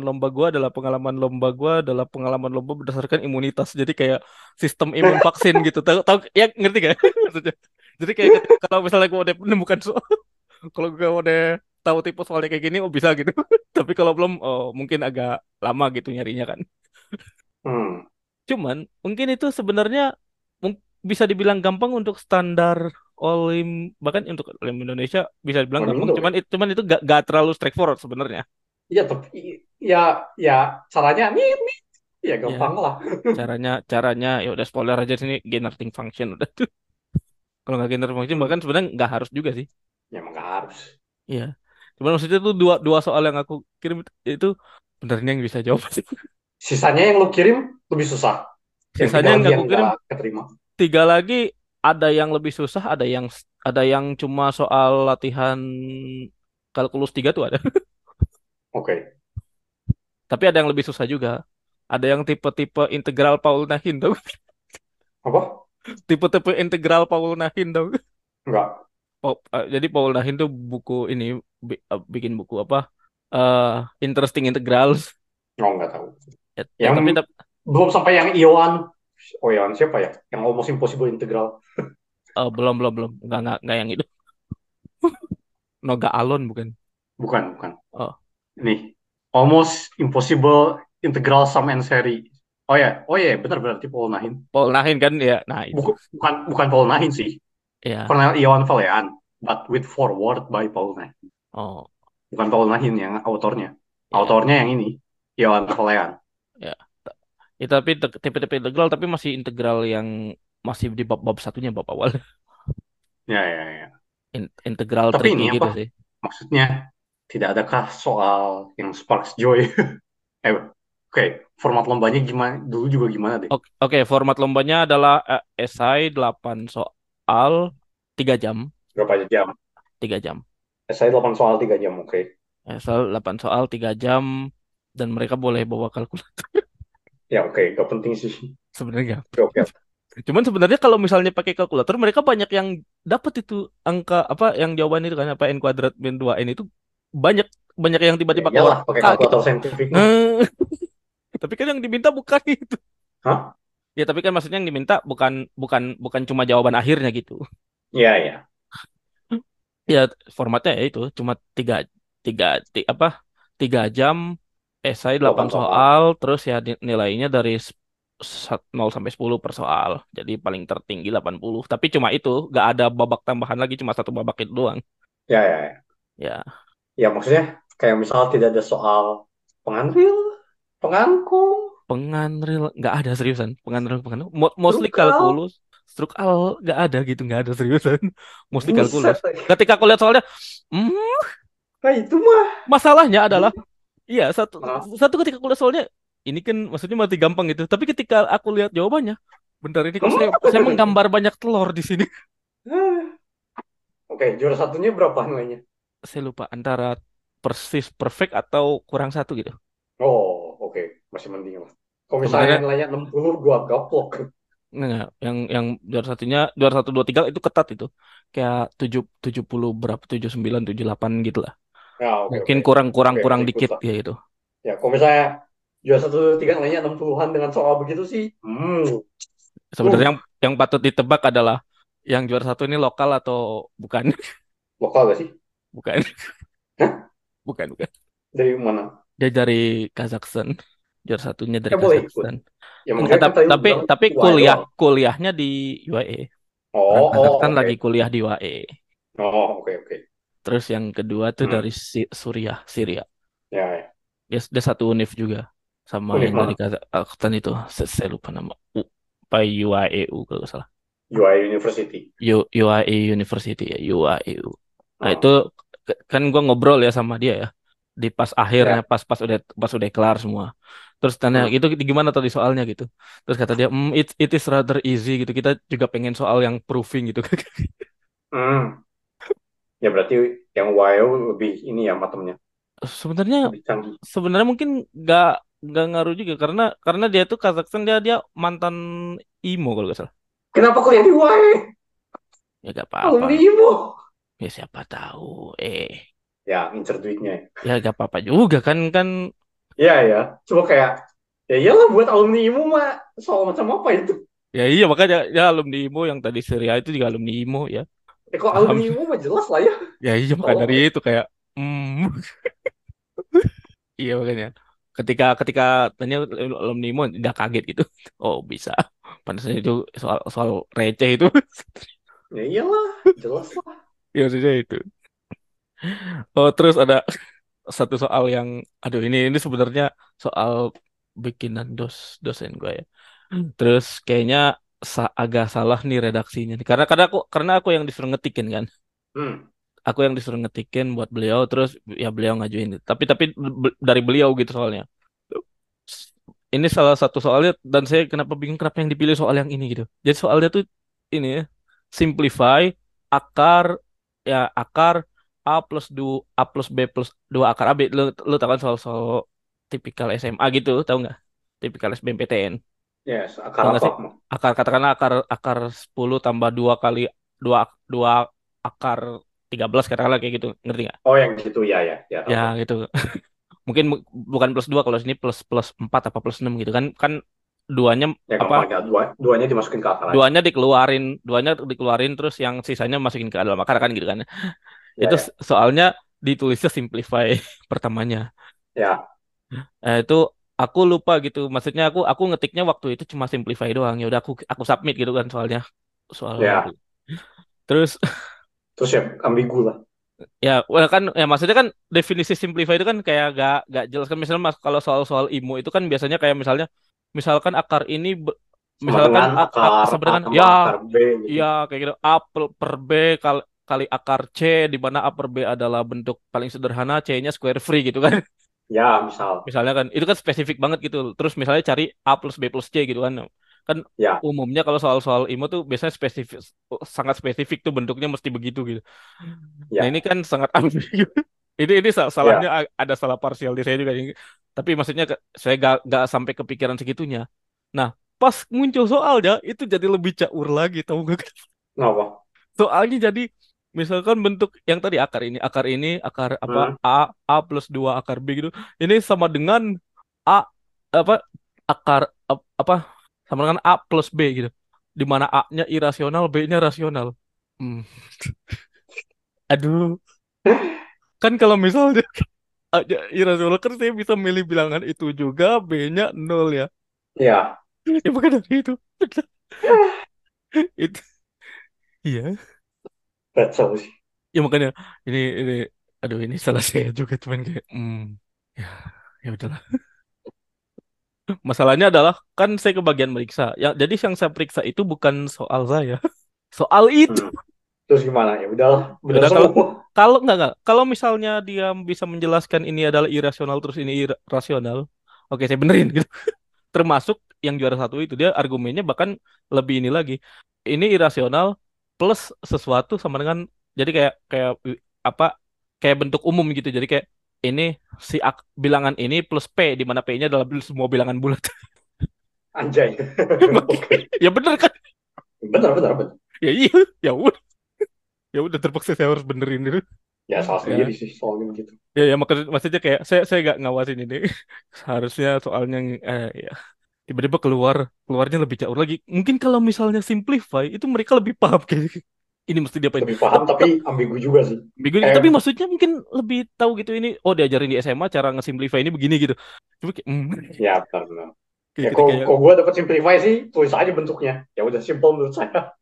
pengalaman lomba berdasarkan imunitas. Jadi kayak sistem imun vaksin gitu. Tahu tahu ya, ngerti gak? Maksudnya. Jadi kayak kalau misalnya gue udah menemukan soal, kalau gue udah tahu tipe soalnya kayak gini, oh bisa gitu. Tapi kalau belum, oh mungkin agak lama gitu nyarinya kan. Hmm. Cuman mungkin itu sebenarnya bisa dibilang gampang untuk standar Olim, bahkan untuk Olim Indonesia bisa dibilang gampang. Memindo Cuman ya. cuman itu gak terlalu straightforward sebenarnya. Iya tapi ya ya caranya nih ya Ya, gampang lah. caranya ya udah spoiler aja sini generating function udah tuh. Kalau nggak generating function Hmm. bahkan sebenarnya nggak harus juga sih. Ya emang nggak harus. Iya. Cuman maksudnya tuh dua dua soal yang aku kirim itu benernya yang bisa jawab sih. Sisanya yang lo kirim lebih susah. Yang tiga Sisanya yang lagi aku yang kirim nggak keterima. tiga lagi, ada yang lebih susah, ada yang cuma soal latihan kalkulus 3 tuh ada. Oke. Tapi ada yang lebih susah juga. Ada yang tipe-tipe integral Paul-Nahin tau. Apa? Tipe-tipe integral Paul-Nahin tau. Enggak. Jadi Paul-Nahin tuh buku ini bikin buku apa? eh Interesting Integrals. Oh, nggak tahu. Ya, Yang tapi belum sampai yang Iwan. Oh, Iwan siapa ya? Yang almost impossible integral. belum nggak yang itu. Noga Alon bukan. Bukan, bukan. Oh, Nih. Almost impossible integral sum and series. Oh ya, benar-benar tipe Paul Nahin. Paul-Nahin kan ya. Nah, itu. Bukan Paul Nahin sih. Ya. Cornel Iwan Valean. But with forward by Paul Nahin. Oh, Bukan Paul Nahin yang autornya. ya. Autornya yang ini. Iwan Valean. Ya. Ya, tapi tipe-tipe integral tapi masih integral yang masih di bab satunya bab awal. Ya, ya, ya. Integral Tapi tricky ini gitu apa? sih. Maksudnya, tidak adakah soal yang Sparks Joy? Oke, format lombanya gimana? Dulu juga gimana deh? Oke, format lombanya adalah esai 8 soal 3 jam. Berapa jam? 3 jam. Saya 8 soal 3 jam, oke. Esai 8 soal 3 jam. Dan mereka boleh bawa kalkulator. Ya, oke, gak penting sih. Sebenarnya nggak. Oke, oke. Cuman sebenarnya kalau misalnya pakai kalkulator, mereka banyak yang dapat itu angka apa yang jawaban itu kan apa n kuadrat min 2 n itu banyak banyak yang Ya tiba-tiba keluar iyalah, pakai K gitu. kalkulator saintifik mah. Eh, tapi kan yang diminta bukan itu. Hah? Ya tapi kan maksudnya yang diminta bukan bukan bukan cuma jawaban akhirnya gitu. Ya, ya. Ya formatnya ya itu cuma tiga tiga apa 3 jam, esai 8 8 soal. soal, terus ya nilainya dari 0 sampai 10 per soal. Jadi paling tertinggi 80. Tapi cuma itu, nggak ada babak tambahan lagi, cuma satu babak itu doang. Ya, ya, ya. Ya, Ya, maksudnya kayak misal tidak ada soal pengantil, pengangkung, penganril nggak ada seriusan. Penganril mostly strukal. kalkulus, strukal nggak ada gitu, nggak ada seriusan. Mostly kalkulus. Buset. Ketika aku lihat soalnya, hmm, Nah, itu mah. masalahnya adalah iya, satu Hah? satu ketika kuliah soalnya ini kan maksudnya mati gampang gitu. Tapi ketika aku lihat jawabannya, bentar ini kok saya menggambar banyak telur di sini. Oke, juara satunya berapa nilainya? Saya lupa antara persis perfect atau kurang satu gitu. Oh, oke. Masih mending lah. Kalau misalnya Sebenarnya nilainya 60, gua gaplok. nggak, yang juara satunya juara 1, 2, 3 itu ketat itu. Kayak 70 berapa 79, 78 gitu lah. Ya, oke, Mungkin oke. kurang kurang Oke, kurang masih good dikit lah. ya gitu. Ya, kalau misalnya juara satu tiga nilainya 60-an dengan soal begitu sih. Sebenarnya yang patut ditebak adalah yang juara satu ini lokal atau bukan. Lokal gak sih? Bukan, Hah? bukan. Dari mana? Dia dari Kazakhstan. Juara satunya dari Boleh ikut. Kazakhstan. Ya Enggak, makanya kan tadi lu tapi bilang tapi UAE kuliah doang. kuliahnya di UAE. Orang Oh, oh, Kazakhstan lagi oke. kuliah di UAE. Oh, oke, oke. Terus yang kedua tuh Hmm, dari Suriah, Syria. ya, ya. Dia satu univ juga sama Univ yang dari mana? Kazakhstan itu. Saya lupa nama. Apa UAEU kalau nggak salah. UAE University. UAE University ya, UAEU. Nah, itu Hmm, kan gua ngobrol ya sama dia ya. Di pas akhirnya, ya. pas udah kelar semua. Terus tanya Hmm, gitu gimana tadi soalnya gitu. Terus kata dia, it is rather easy gitu. Kita juga pengen soal yang proving gitu. hmm. Ya berarti yang UAE lebih ini ya matemnya. Sebenarnya Lebih canggih. sebenarnya mungkin nggak nggak ngaruh juga karena dia tuh Kazakhstan dia mantan IMO kalau nggak salah. Kenapa kuliah di UAE? Ya gak Alumni apa-apa. IMO. Ya siapa tahu. Ya, incer duitnya. Ya gak apa-apa juga kan kan. Iya, ya. Cuma kayak, ya iyalah buat alumni IMO mah soal macam apa itu? Ya iya makanya ya alumni IMO yang tadi Syria itu juga alumni IMO ya. Kalau Paham. alumni IMO mah jelas lah ya. Ya iya makanya Tolong dari ya. itu kayak iya makanya ketika ketika tanya alumni IMO udah kaget gitu. Oh bisa. Pantasnya itu soal soal receh itu. Ya iyalah, jelas lah. Ya maksudnya itu. Oh terus ada satu soal yang aduh ini sebenarnya soal bikinan dosen gue ya. Terus kayaknya agak salah nih redaksinya nih. Karena aku yang disuruh ngetikin kan. Hmm, Aku yang disuruh ngetikin buat beliau terus ya beliau ngajuin. Tapi dari beliau gitu soalnya. Ini salah satu soalnya dan saya kenapa bingung kenapa yang dipilih soal yang ini gitu. Jadi soalnya tuh ini ya, simplify akar akar A plus 2 A plus B plus 2 akar AB. Lu tahu kan soal-soal tipikal SMA gitu, tahu nggak? Tipikal SBMPTN. yes, Tahu akar nggak apa? sih? Akar katakanlah akar akar 10 tambah 2 kali 2 2 akar 13 katakanlah kayak gitu. Ngerti nggak? Oh, yang gitu ya, ya, ya Ya tahu tahu. gitu. Mungkin bukan plus 2 kalau sini plus plus 4 apa plus 6 gitu kan. Kan duanya Ya apa? gampangnya duanya dimasukin ke akar aja. Duanya dikeluarin terus yang sisanya masukin ke dalam akar kan gitu kan. Ya, Itu ya, soalnya ditulisnya simplify pertamanya. ya, Itu aku lupa gitu. Maksudnya aku ngetiknya waktu itu cuma simplify doang. Ya udah aku submit gitu kan soalnya. Soal ya. terus Terus ya ambigu lah. ya well, kan ya maksudnya kan definisi simplify itu kan kayak gak jelas kan misalnya kalau soal-soal IMO itu kan biasanya kayak misalkan akar ini Sama misalkan dengan akar sama A dengan tambah akar B gitu. ya kayak gitu A per B kali akar C di mana A per B adalah bentuk paling sederhana C-nya square free gitu kan. Ya, misal. Misalnya kan itu kan spesifik banget gitu. Terus misalnya cari A plus B plus C gitu kan. Kan Ya, umumnya kalau soal-soal IMO tuh biasanya spesifik sangat spesifik tuh bentuknya mesti begitu gitu. Nah ya, ini kan sangat ambigu. Ini salahnya ya. ada salah parsial di saya juga. Tapi maksudnya saya gak sampai kepikiran segitunya. Nah pas muncul soalnya itu jadi lebih caur lagi tahu gak? Kenapa? Soalnya jadi misalkan bentuk yang tadi akar ini akar apa Hmm, A plus 2 akar B gitu. Ini sama dengan A apa akar apa sama dengan A plus B gitu. Di mana A-nya irasional, B-nya rasional. Hmm. Aduh, kan kalau misalnya A-nya irasional kan saya bisa milih bilangan itu juga, B-nya nol ya. ya. Ya maka dari itu. Itu iya. Kacau sih. Ya makanya ini aduh ini salah saya juga cuman kayak ya ya udahlah. Masalahnya adalah kan saya kebagian meriksa. Ya jadi yang saya periksa itu bukan soal saya, soal itu. Hmm. Terus gimana? Ya udahlah, Ya bener udah kalau semua. kalau nggak kalau misalnya dia bisa menjelaskan ini adalah irasional terus ini rasional, oke saya benerin gitu. Termasuk yang juara satu itu dia argumennya bahkan lebih ini lagi. Ini irasional plus sesuatu sama dengan jadi kayak kayak apa kayak bentuk umum gitu. Jadi kayak ini bilangan ini plus P di mana P-nya adalah semua bilangan bulat. Anjay. Oke. Ya bener kan? Bener, bener, bener. Ya iya, ya udah, ya udah terpaksa saya harus benerin itu. Ya salah sendiri Ya, sih soalnya gitu. ya maksudnya kayak saya gak ngawasin ini. Seharusnya soalnya ya tiba-tiba keluarnya lebih jauh lagi. Mungkin kalau misalnya simplify itu mereka lebih paham kayaknya. Ini mesti diapain. Lebih paham tapi ambigu juga sih. Tapi Kayak maksudnya mungkin lebih tahu gitu ini. Oh, diajarin di SMA cara nge-simplify ini begini gitu. Cuma kayak, ya benar. kayak Ya ketika kalau ya. kalau gue dapat simplify sih tulis aja bentuknya. Ya udah simple menurut saya.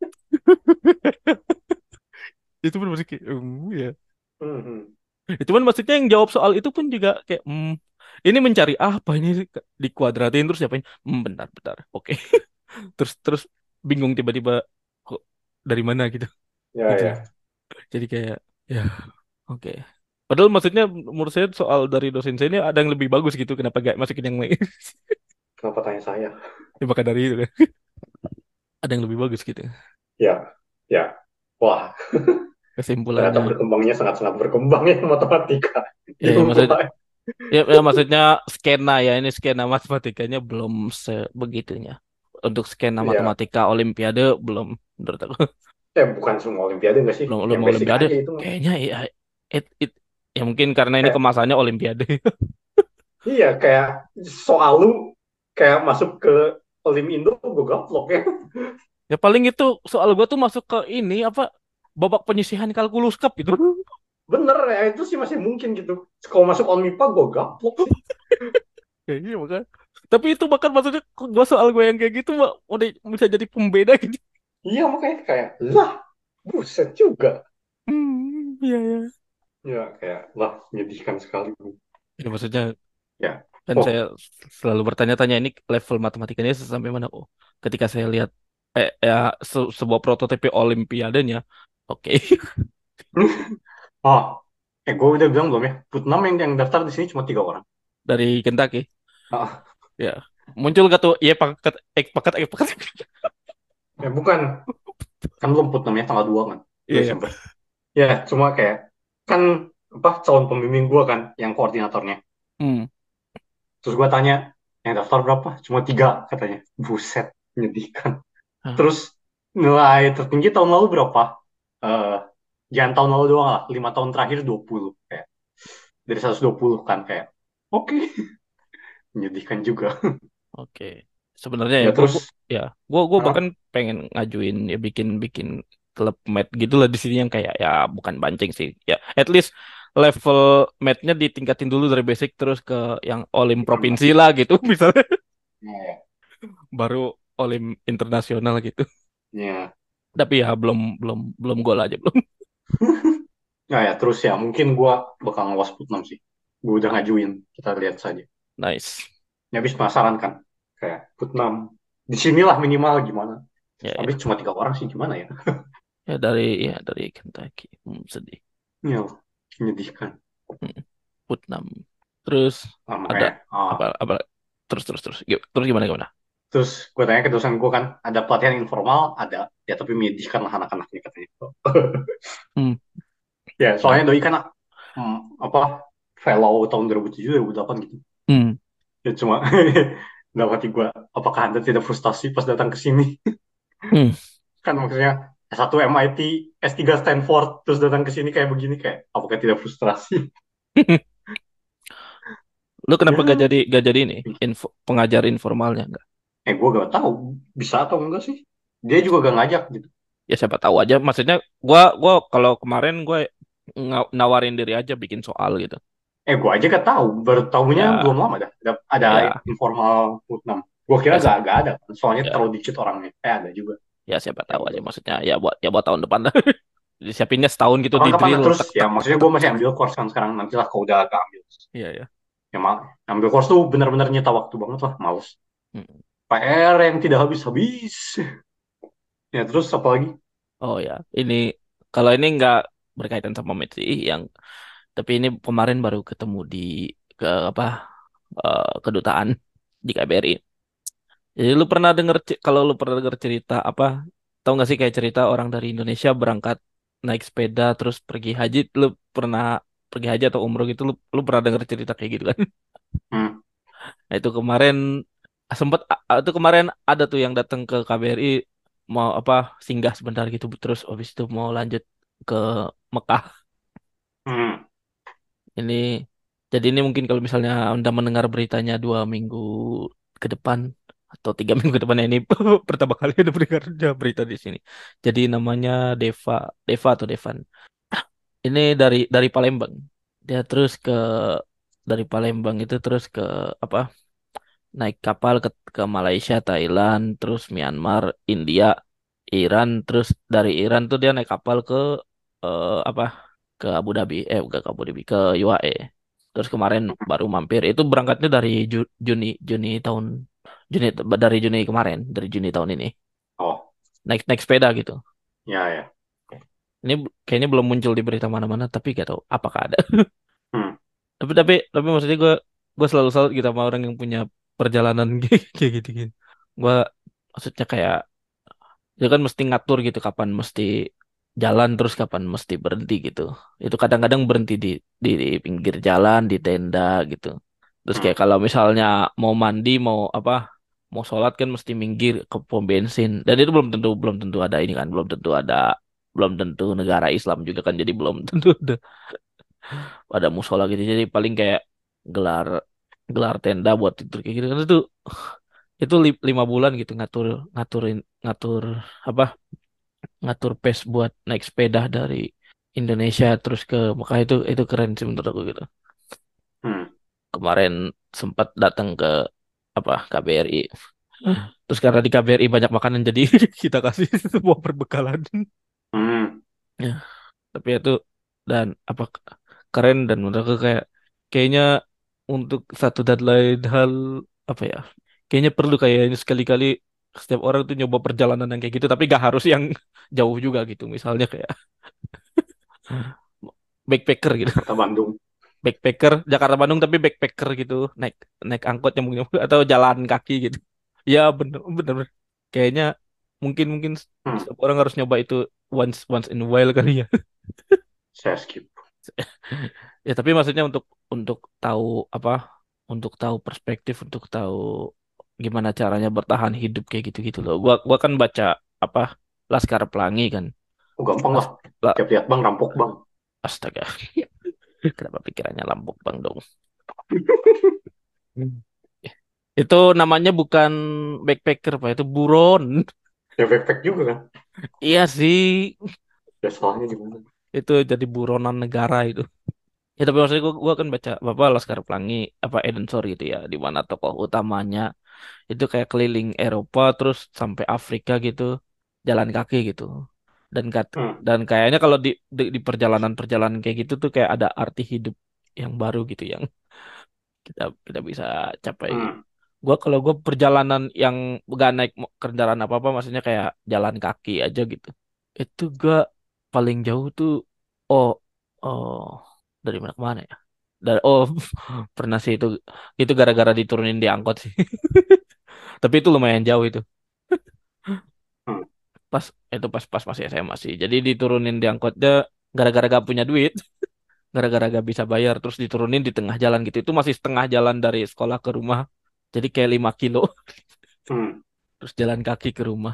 Itu pun masih kayak, ya. Hmm. Ya, cuman maksudnya yang jawab soal itu pun juga kayak, ini mencari apa ini dikuadratin terus siapain? Bentar, bentar. Oke. Terus terus bingung tiba-tiba kok dari mana gitu. Ya Gitu. ya. Jadi kayak ya, oke. Padahal maksudnya menurut saya soal dari dosen saya ini ada yang lebih bagus gitu. Kenapa gak masukin yang lain? Kenapa tanya saya? Ya, maka dari itu kan. Ada yang lebih bagus gitu. Ya ya. Wah, ternyata Kesimpulannya. berkembangnya sangat-sangat berkembang ya matematika Ya, di ya maksudnya UI. maksudnya skena ya ini skena matematikanya belum sebegitunya. Untuk skena Ya, matematika Olimpiade belum menurut aku. bukan semua olimpiade nggak sih? Belum belum Yang basic Olimpiade aja itu mah. kayaknya ya ya mungkin karena ini Kayak, kemasannya Olimpiade. iya, kayak soal lu kayak masuk ke Olim Indo, gue gaplok ya. Ya paling itu soal gua tuh masuk ke ini apa babak penyisihan kalkulus cup gitu. Bener ya, itu sih masih mungkin gitu. Kalau masuk Onmipa, gue gaplok sih. Kayaknya makanya. Tapi itu bahkan maksudnya gua soal gue yang kayak gitu mah udah bisa jadi pembeda gitu. Iya, makanya kayak, lah, buset juga. Iya ya. Ya, kayak, lah, menyedihkan sekali. Ya maksudnya Ya, kan saya oh, selalu bertanya-tanya ini level matematikanya sampai mana. Oh, ketika saya lihat ya sebuah prototipe olimpiadenya, oke. oh, gue udah bilang belum ya, Putnam yang daftar di sini cuma 3 orang. Dari Kentucky Ah, ya muncul gak tuh iya paket paket. bukan, kan belum Putnam ya, tanggal 2 kan, Iya ya. Desember. Ya, cuma kayak, kan, apa, calon pembimbing gue kan, yang koordinatornya. Hmm. Terus gue tanya, yang daftar berapa? Cuma 3, katanya. Buset, menyedihkan. Ah, Terus, nilai tertinggi tahun lalu berapa? Eh, jangan tahun lalu doang lah, 5 tahun terakhir 20. Kayak, dari 120 kan, kayak, oke, menyedihkan juga. oke. Sebenarnya ya Ya, terus, gue bahkan ah, pengen ngajuin ya bikin bikin klub mat gitu lah di sini yang kayak ya bukan bancing sih ya at least level matnya ditingkatin dulu dari basic terus ke yang olim benar. provinsi lah gitu misalnya Ya, baru olim internasional gitu. ya. Tapi ya belum belum belum gol aja belum. Nah, ya, terus ya, mungkin gue bakal ngewas Putnam sih. Gue udah ngajuin, kita lihat saja. Nice. Ya, habis penasaran kan, kayak, Putnam, di sinilah minimal gimana. Ya Habis ya cuma 3 orang sih, gimana ya? dari Kentucky. Sedih. Ya, menyedihkan. Hmm, Putnam. Terus Ah, ada makanya, apa terus gimana gimana. terus gue tanya ke dosen gue kan, ada pelatihan informal, ada. Ya, tapi menyedihkan lah anak-anaknya katanya. Hmm, Ya, nah, soalnya doi kan, apa, fellow tahun 2007, 2008 gitu. hmm, Ya, cuma, dalam hati gue, apakah Anda tidak frustasi pas datang ke sini? hmm. Kan maksudnya, S1 MIT, S3 Stanford, terus datang ke sini kayak begini, kayak, apakah tidak frustrasi? Lu kenapa Ya, gak jadi ini pengajar informalnya enggak? gue gak tahu bisa atau enggak sih. Dia juga gak ngajak gitu. Ya siapa tahu aja. Maksudnya gua kalau kemarin gue nawarin diri aja bikin soal gitu. Gue aja gak tahu. Baru tahunya belum Ya lama dah. Ada ya informal Putnam. Gue kira ya gak ada. Soalnya ya terlalu dikit orangnya. Ada juga. ya siapa Ya tahu aja udah. maksudnya ya buat tahun depan lah. Disiapinnya setahun gitu di Kapan-kapan lah drill terus. tek Ya tek tek maksudnya tek gue masih tek. ambil course kan sekarang. Nantilah kalau udah agak ambil. Iya ya. Ya ambil course tuh benar-benar nyita waktu banget lah. Males. Hmm. PR yang tidak habis-habis. Ya terus apa lagi? Oh ya, ini kalau ini nggak berkaitan sama match sih yang tapi ini kemarin baru ketemu di ke apa kedutaan di KBRI. Jadi lu pernah denger kalau lu pernah denger cerita apa? Tahu nggak sih kayak cerita orang dari Indonesia berangkat naik sepeda terus pergi haji? Lu pernah pergi haji atau umroh gitu? Lu pernah denger cerita kayak gitu kan? Hmm. Nah itu kemarin sempet itu kemarin ada tuh yang datang ke KBRI mau apa singgah sebentar gitu terus habis itu mau lanjut ke Mekah. Hmm. Ini jadi ini mungkin kalau misalnya Anda mendengar beritanya 2 minggu ke depan atau 3 minggu ke depannya ini pertama kali ada berita di sini. Jadi namanya Deva, Deva atau Devan. Ini dari Palembang. Dia terus dari Palembang itu terus ke apa? Naik kapal ke Malaysia, Thailand, terus Myanmar, India, Iran, terus dari Iran tuh dia naik kapal ke apa? Ke Abu Dhabi, bukan ke Abu Dhabi, ke UAE. Terus kemarin baru mampir. Itu berangkatnya dari Juni Juni tahun Juni dari Juni kemarin, dari Juni tahun ini. Oh, Naik naik sepeda gitu. ya ya. Ini kayaknya belum muncul di berita mana-mana, tapi gak tahu apakah ada. Hmm, Tapi maksudnya gue selalu salut gitu sama orang yang punya perjalanan kayak gitu gitu. Gue maksudnya kayak dia kan mesti ngatur gitu kapan mesti jalan terus kapan mesti berhenti gitu. Itu kadang-kadang berhenti di pinggir jalan, di tenda gitu. Terus hmm, kayak kalau misalnya mau mandi, mau apa, mau sholat kan mesti minggir ke pom bensin. Dan itu belum tentu ada ini kan, belum tentu negara Islam juga kan, jadi belum tentu ada musola gitu. Jadi paling kayak gelar gelar tenda buat tidur kayak gitu kan itu 5 bulan gitu ngatur apa ngatur pace buat naik sepeda dari Indonesia terus ke Mekah. Itu keren sih menurut aku gitu. hmm. Kemarin sempat datang ke apa KBRI. Terus karena di KBRI banyak makanan jadi kita kasih semua perbekalan. Hmm. Ya, tapi itu dan apa keren dan menurut aku kayaknya untuk satu dan lain hal apa ya? Kayaknya perlu kayaknya sekali-kali setiap orang tuh nyoba perjalanan yang kayak gitu tapi gak harus yang jauh juga gitu. Misalnya kayak backpacker gitu. Jakarta Bandung. Backpacker Jakarta Bandung tapi backpacker gitu. Naik naik angkot yang mungkin atau jalan kaki gitu. Ya bener bener. Bener. Kayaknya mungkin mungkin Hmm. setiap orang harus nyoba itu once once in a while kali ya. Saya skip. Ya tapi maksudnya untuk tahu apa? Untuk tahu perspektif, untuk tahu gimana caranya bertahan hidup kayak gitu-gitu loh. Gua kan baca apa? Laskar Pelangi kan. Oh, gampang Las, lah. la, Tiap lihat bang, rampok bang. astaga. Kenapa pikirannya lambok bang dong? Hmm. Itu namanya bukan backpacker, Pak. Itu buron. Ya backpack juga kan. Iya sih. Ya salahnya di mana? Itu jadi buronan negara itu. Ya tapi maksudnya gua kan baca Bapak Laskar Pelangi apa Eden Sor gitu ya, di mana tokoh utamanya itu kayak keliling Eropa terus sampai Afrika gitu, jalan kaki gitu. Dan Hmm. dan kayaknya kalau di perjalanan-perjalanan kayak gitu tuh kayak ada arti hidup yang baru gitu yang kita kita bisa capai gitu. Hmm. Kalau gua perjalanan yang gak naik kendaraan apa-apa, maksudnya kayak jalan kaki aja gitu. Itu gua paling jauh tuh oh oh dari mana ke mana ya? Oh pernah sih itu gara-gara diturunin di angkot sih. Tapi itu lumayan jauh itu. Hmm. Pas pas masih SMA sih. Jadi diturunin di angkotnya gara-gara gak punya duit, gara-gara gak bisa bayar terus diturunin di tengah jalan gitu. Itu masih setengah jalan dari sekolah ke rumah. Jadi kayak 5 kilo Hmm. terus jalan kaki ke rumah.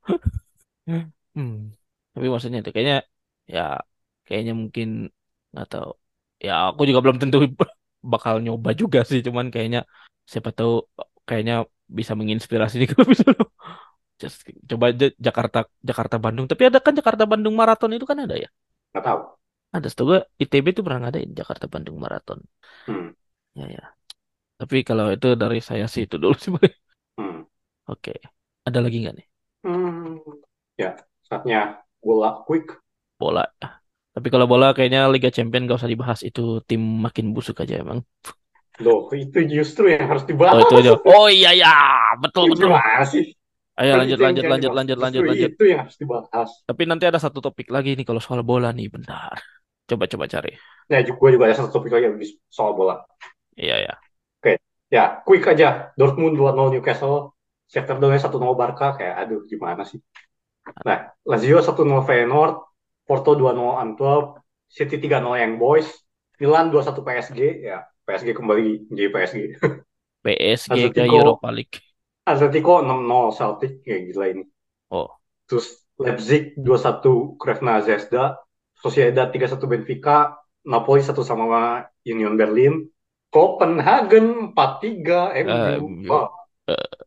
Hmm. Tapi maksudnya itu ya kayaknya mungkin nggak tahu. Ya aku juga belum tentu bakal nyoba juga sih, cuman kayaknya siapa tahu kayaknya bisa menginspirasi nih kalau bisa just coba aja Jakarta Jakarta Bandung. Tapi ada kan Jakarta Bandung Marathon itu kan ada ya? Nggak tahu. Ada, setahu gue ITB tuh pernah ngadain Jakarta Bandung Marathon. Hmm. Ya ya. Tapi kalau itu dari saya sih itu dulu sih. Boy. Hmm. Oke. Ada lagi nggak nih? Hmm. Ya, saatnya bola quick. Bola. Tapi kalau bola kayaknya Liga Champion gak usah dibahas. Itu tim makin busuk aja emang. Loh, itu justru yang harus Oh itu dibahas. aja. Oh iya ya, betul Lu betul. gimana sih? Ayo Kan lanjut itu yang lanjut jangan lanjut dibahas. lanjut Justru lanjut lanjut. itu yang harus dibahas. Tapi nanti ada satu topik lagi nih kalau soal bola nih, bentar. Coba coba cari. Ya, gue juga ada satu topik lagi habis soal bola. Iya ya. Oke, ya, quick aja. Dortmund 2-0 Newcastle. Shakhtar Donetsk 1-0 Barca. Kayak, aduh, gimana sih? Nah, Lazio 1-0 Feyenoord. Porto 2-0 Antwerp. City 3-0 Young Boys. Milan 2-1 PSG. Ya, PSG kembali menjadi PSG. PSG ke Atletico Europa League. Atletico 6-0 Celtic. Kayak gila ini. Oh, Terus Leipzig 2-1 Crvena Zvezda, Sociedad 3-1 Benfica, Napoli 1 sama Union Berlin, Copenhagen 4-3 MU. MU. Wah,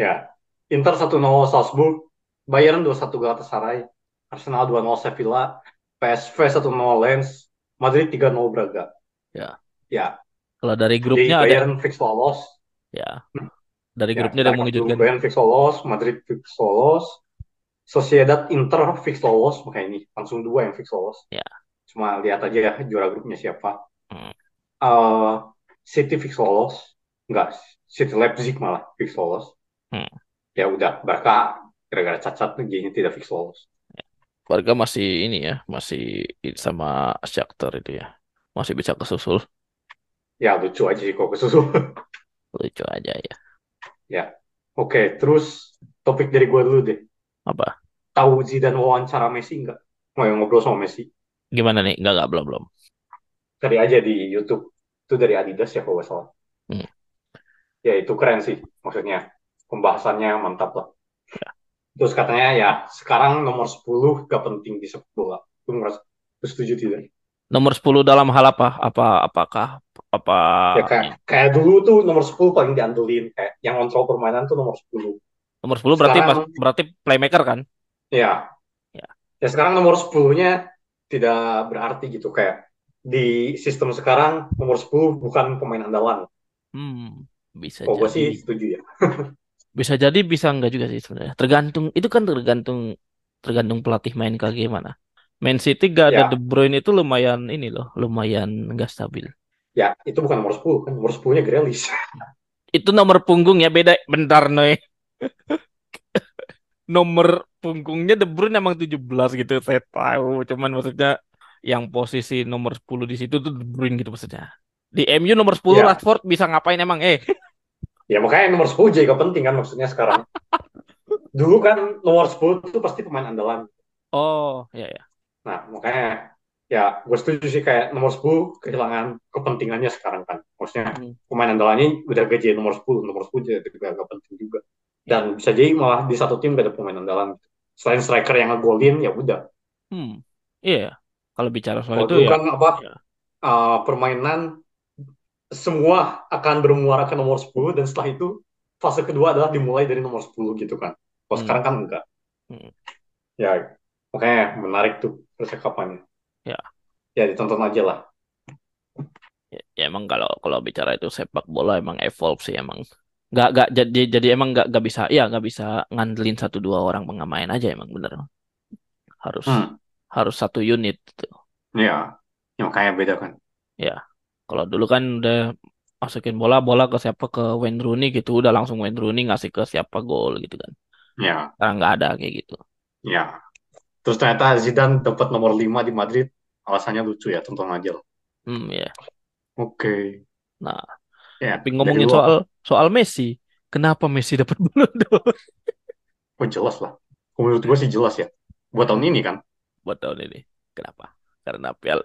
Ya, Inter 1-0 Salzburg, Bayern 2-1 Galatasaray, Arsenal 2-0 Sevilla, PSV 1-0 Lens, Madrid 3-0 Braga. Ya, Ya, kalau dari jadi grupnya ada Bayern fix lolos. ya, dari Ya, grupnya kita ada yang rekap dulu. mengejutkan. Bayern fix lolos, Madrid fix lolos, Sociedad Inter fix lolos. Makanya ini langsung dua yang fix lolos. Ya. Cuma lihat aja ya juara grupnya siapa. Hmm. Eh, City fix lolos. Enggak, City Leipzig malah fix lolos. Hmm. Ya udah, Barca gara-gara cacat G-nya tidak fix lolos. Warga masih ini ya, masih sama Shakhtar itu ya. Masih bisa kesusul. Ya lucu aja sih kok kesusul. Lucu aja ya. Ya. Oke, terus topik dari gue dulu deh. Apa? Tahu Zidane wawancara Messi nggak? Mau yang ngobrol sama Messi? Gimana nih? Enggak, belum, belum. Cari aja di YouTube. Itu dari Adidas ya kalau nggak salah. Hmm. Ya itu keren sih. Maksudnya pembahasannya mantap lah. Terus katanya ya sekarang nomor 10 gak penting di sepak bola. Lu merasa lu setuju tidak? Nomor 10 dalam hal apa? Apakah apa Ya kayak kayak dulu tuh nomor 10 paling diandelin. Kayak yang kontrol permainan tuh nomor 10. nomor 10 berarti Sekarang berarti playmaker kan? ya Ya. ya sekarang nomor 10-nya tidak berarti gitu kayak di sistem sekarang nomor 10 bukan pemain andalan. Hmm, bisa Kalau gue jadi. sih setuju ya. Bisa jadi bisa enggak juga sih sebenarnya. Tergantung itu kan tergantung tergantung pelatih main kayak gimana. Man City gak ada De Ya, Bruyne itu lumayan ini loh, lumayan enggak stabil. ya itu bukan nomor 10 kan nomor 10-nya Grealish. Itu nomor punggung ya beda bentar Noy. Nomor punggungnya De Bruyne emang 17 gitu saya tahu. Cuman maksudnya yang posisi nomor 10 di situ tuh De Bruyne gitu maksudnya. Di MU nomor 10 Ya, Rashford bisa ngapain emang ya makanya nomor 10 jadi gak penting kan maksudnya sekarang. Dulu kan nomor 10 itu pasti pemain andalan. Oh, ya ya. Nah, makanya ya gue setuju sih kayak nomor 10 kehilangan kepentingannya sekarang kan. Maksudnya Hmm, pemain andalannya udah gaji nomor 10 jadi gak penting juga. Dan ya. bisa jadi malah di satu tim gak ada pemain andalan. Selain striker yang ngegolin ya udah. Hmm. Iya. Kalau bicara soal Kalau itu dulu ya, kan apa ya. permainan semua akan bermuara ke nomor 10 dan setelah itu fase kedua adalah dimulai dari nomor 10 gitu kan. Kalau Hmm, sekarang kan enggak. hmm, Ya makanya menarik tuh percakapannya. ya. Ya ditonton aja lah. Ya, emang kalau kalau bicara itu sepak bola emang evolve sih emang. Nggak jadi emang nggak bisa ya nggak bisa ngandelin satu dua orang pemain aja emang bener harus Hmm, harus satu unit gitu. ya, ya makanya beda kan. Ya kalau dulu kan udah masukin bola bola ke siapa ke Wayne Rooney gitu udah langsung Wayne Rooney ngasih ke siapa gol gitu kan. Ya, Sekarang nggak ada kayak gitu. ya. Terus ternyata Zidane dapat nomor 5 di Madrid. Alasannya lucu ya, tonton aja lah. Ya. Oke. Nah tapi Ya, dari ngomongin lu soal apa? soal Messi, kenapa Messi dapat Ballon d'Or Oh jelas lah. Menurut gue sih jelas ya. Buat tahun ini kan. buat tahun ini? Kenapa? Karena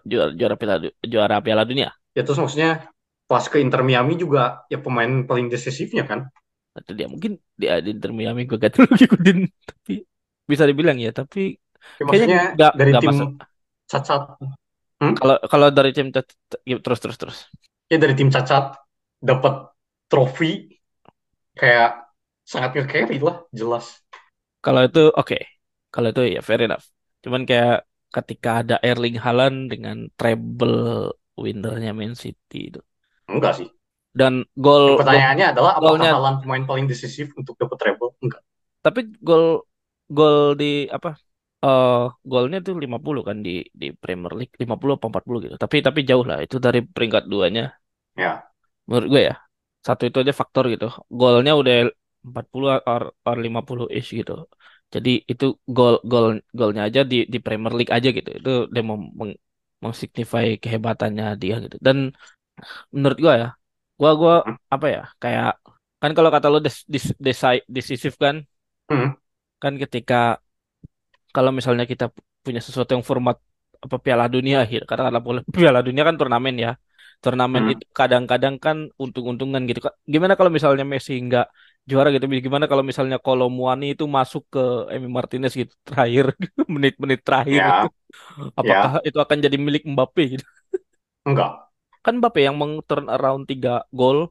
juara Piala Dunia. Ya terus maksudnya pas ke Inter Miami juga ya pemain paling decisifnya kan. Atau dia mungkin dia di Inter Miami gue gak terlalu ngikutin tapi bisa dibilang ya tapi Ya kayaknya maksudnya nggak dari nggak tim masuk cacat. Hmm? kalau kalau dari tim terus terus terus Ya dari tim cacat dapat trofi kayak sangat nge-carry lah, jelas. kalau itu oke. Kalau itu ya fair enough cuman kayak ketika ada Erling Haaland dengan treble winnernya Man City itu Enggak sih. dan Yang gol pertanyaannya adalah apakah golnya Haaland pemain paling decisif untuk dapat treble? Enggak. tapi gol gol di apa eh golnya tuh 50 kan di Premier League 50 apa 40 gitu tapi jauh lah itu dari peringkat duanya Ya, menurut gue ya satu itu aja faktor gitu golnya udah 40 or 50 ish gitu jadi itu golnya aja di Premier League aja gitu itu dia mau mengsignify kehebatannya dia gitu dan menurut gue ya gua hmm, apa ya kayak kan kalau kata lo decisive kan hmm, kan ketika kalau misalnya kita punya sesuatu yang format apa Piala Dunia gitu katakanlah Piala Dunia kan turnamen ya turnamen hmm. itu kadang-kadang kan untung-untungan gitu Kak. Gimana kalau misalnya Messi nggak juara gitu gimana kalau misalnya Muani itu masuk ke Emi Martinez gitu terakhir menit-menit terakhir itu Ya, apakah ya, itu akan jadi milik Mbappe gitu enggak. kan Mbappe yang meng turn around 3 gol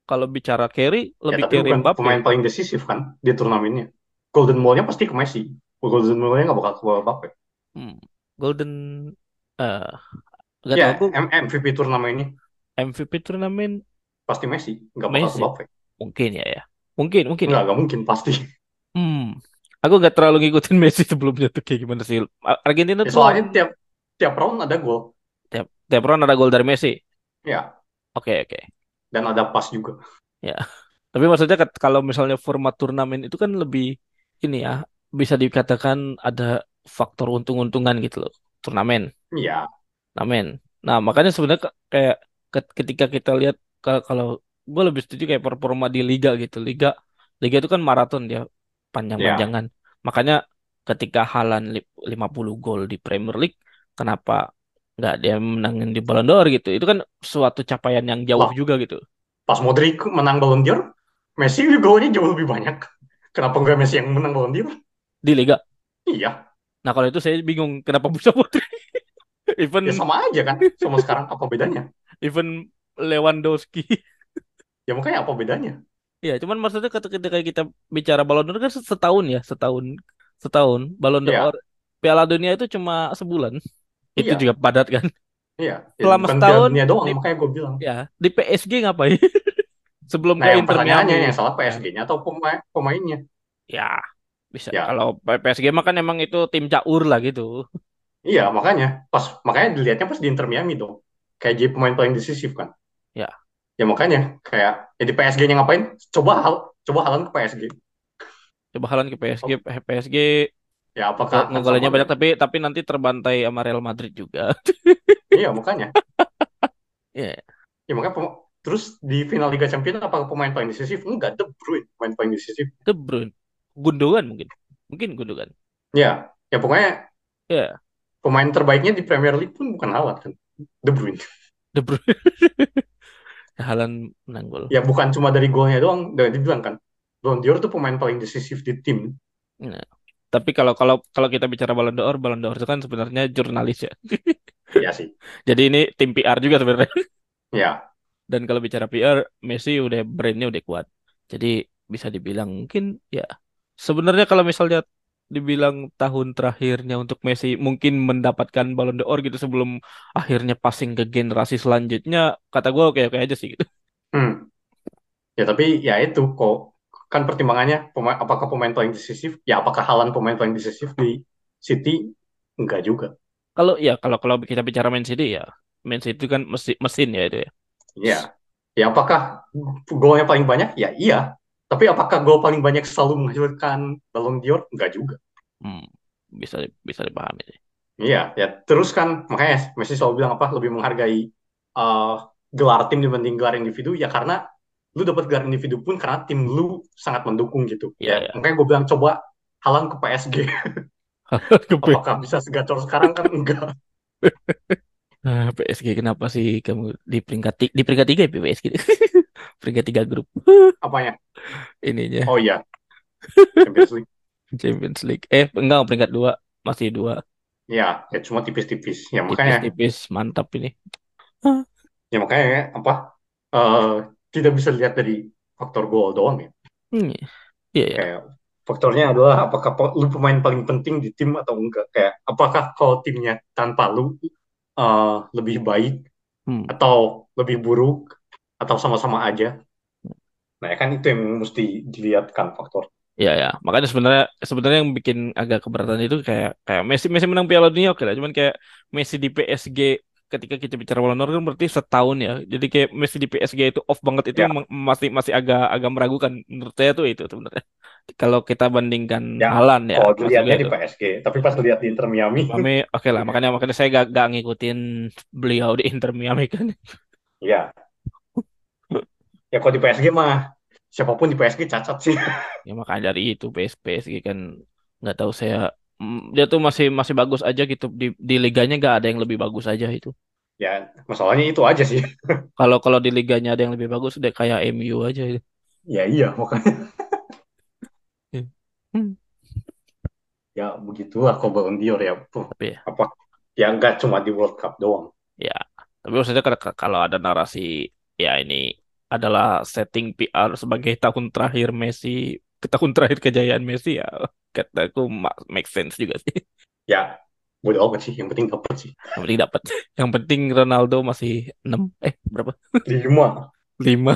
kalau bicara carry Ya lebih tapi carry bukan Mbappe. pemain paling decisif kan di turnamennya. Golden Ball-nya pasti ke Messi. Golden Ball-nya nggak bakal ke Mbappe. Hmm, Golden eh gak Ya, tau aku MVP turnamen ini MVP turnamen pasti Messi, nggak bakal ke Messi Mbappe. mungkin ya, mungkin ya. Nggak mungkin pasti. Hmm, aku nggak terlalu ngikutin Messi sebelumnya tuh kayak gimana sih. Argentina Ya, tuh soalnya tiap tiap round ada gol. tiap tiap round ada gol dari Messi. Ya, Oke oke dan ada pas juga. ya. Tapi maksudnya kalau misalnya format turnamen itu kan lebih ini ya, bisa dikatakan ada faktor untung-untungan gitu loh. Turnamen. Iya, Amin. Nah, makanya sebenarnya kayak ketika kita lihat kalau gue lebih setuju kayak performa di liga gitu. Liga liga itu kan maraton dia iya. panjang-panjangan. Makanya ketika Haaland 50 gol di Premier League, kenapa nggak dia menangin di Ballon d'Or gitu? Itu kan suatu capaian yang jauh Lah, juga gitu pas Modric menang Ballon d'Or, Messi golnya jauh lebih banyak. Kenapa nggak Messi yang menang Ballon d'Or? di liga. Iya, Nah, kalau itu saya bingung kenapa bisa putri. ya Even sama aja kan. Sama sekarang apa bedanya? even Lewandowski. Ya makanya apa bedanya? Ya, cuman maksudnya ketika kita bicara Ballon d'Or kan setahun ya, setahun. Ballon d'Or, Iya, Piala Dunia itu cuma sebulan. Itu iya, juga padat kan. iya. Ya, Selama bukan Piala setahun Dunia doang, di makanya gue bilang. ya di PSG ngapain? Sebelum Nah, ke yang Inter pertanyaannya Miami. yang salah Ya, PSG-nya atau pemainnya? ya bisa. Ya, Kalau PSG mah kan emang itu tim caur lah gitu. iya, makanya dilihatnya pas di Inter Miami dong. Kayak jadi pemain paling decisif kan. Ya, Ya makanya kayak jadi PSG-nya ngapain? Coba halan ke PSG. coba Haaland ke PSG, Oh, PSG ya apakah akan sama ngegolinnya banyak nggak? tapi nanti terbantai sama Real Madrid juga. Iya, makanya. Ya, Ya makanya terus di final Liga Champions apakah pemain paling decisif? Enggak, De Bruyne pemain paling decisif. De Bruyne, Gundogan mungkin. Mungkin Gundogan. Ya, ya pokoknya Ya, pemain terbaiknya di Premier League pun bukan Haaland kan. De Bruyne. De Bruyne. Haaland menang gol. Ya bukan cuma dari golnya doang, udah dibilang kan. Ballon d'Or tuh pemain paling decisif di tim. Nah, tapi kalau kalau kalau kita bicara Ballon d'Or itu kan sebenarnya jurnalis ya. Ya sih. Jadi ini tim PR juga sebenarnya. Ya, Dan kalau bicara PR, Messi udah brandnya udah kuat. Jadi bisa dibilang mungkin ya sebenarnya kalau misalnya dibilang tahun terakhirnya untuk Messi mungkin mendapatkan Ballon d'Or gitu sebelum akhirnya passing ke generasi selanjutnya, kata gue oke oke aja sih gitu. hmm. Ya tapi ya itu kok kan pertimbangannya apakah pemain paling decisif? Ya apakah Haaland pemain paling decisif di City? Enggak juga. Kalau kalau kita bicara Man City ya, Man City itu kan mesin ya itu ya. Ya, ya apakah golnya paling banyak? Ya iya. Tapi apakah gol paling banyak selalu menghasilkan Ballon d'Or? Enggak juga. Hmm, bisa bisa dipahami sih. Iya, ya terus kan makanya Messi selalu bilang apa lebih menghargai uh, gelar tim dibanding gelar individu ya karena lu dapat gelar individu pun karena tim lu sangat mendukung gitu. Ya Ya ya. makanya gue bilang coba Haaland ke PSG. Ke Apakah bisa segacor sekarang kan enggak. PSG kenapa sih kamu di peringkat tiga ya PSG peringkat tiga grup Apanya? ininya Oh iya, Champions League. Champions League enggak peringkat dua masih dua Ya, ya cuma tipis-tipis. tipis-tipis mantap ini. Hah, Ya makanya ya, apa eh, tidak bisa dilihat dari faktor gol doang ya. iya iya ya. Kayak faktornya adalah apakah lu pemain paling penting di tim atau enggak. Kayak apakah kalau timnya tanpa lu lebih baik Hmm. atau lebih buruk atau sama-sama aja. Nah, ya kan itu yang mesti dilihatkan faktor. Iya ya, makanya sebenarnya sebenarnya yang bikin agak keberatan itu kayak kayak Messi Messi menang Piala Dunia oke lah, cuman kayak Messi di PSG ketika kita bicara Ballon d'Or kan berarti setahun ya. Jadi kayak Messi di PSG itu off banget itu Ya, masih masih agak agak meragukan menurut saya tuh itu sebenarnya. Kalau kita bandingkan ya Haaland ya, kalau masih dilihatnya lihat di tuh. PSG, tapi pas lihat di Inter Miami, Miami oke lah, makanya makanya saya gak ngikutin beliau di Inter Miami kan. ya, ya kalau di PSG mah siapapun di PSG cacat sih. Ya makanya dari itu PSG kan nggak tahu saya dia tuh masih masih bagus aja gitu di liganya nggak ada yang lebih bagus aja itu. Ya, masalahnya itu aja sih. Kalau kalau di liganya ada yang lebih bagus udah kayak MU aja itu. Ya iya, makanya Iya. Hmm. ya begitulah kalau Ballon d'Or ya. Tapi ya, Apa ya nggak cuma di World Cup doang. ya. Tapi maksudnya kalau ada narasi ya ini adalah setting PR sebagai tahun terakhir Messi, ke tahun terakhir kejayaan Messi ya, kataku make sense juga sih. Ya, bodo amat sih, yang penting dapat sih. Yang penting dapat. Yang penting Ronaldo masih 6, berapa? 5. 5.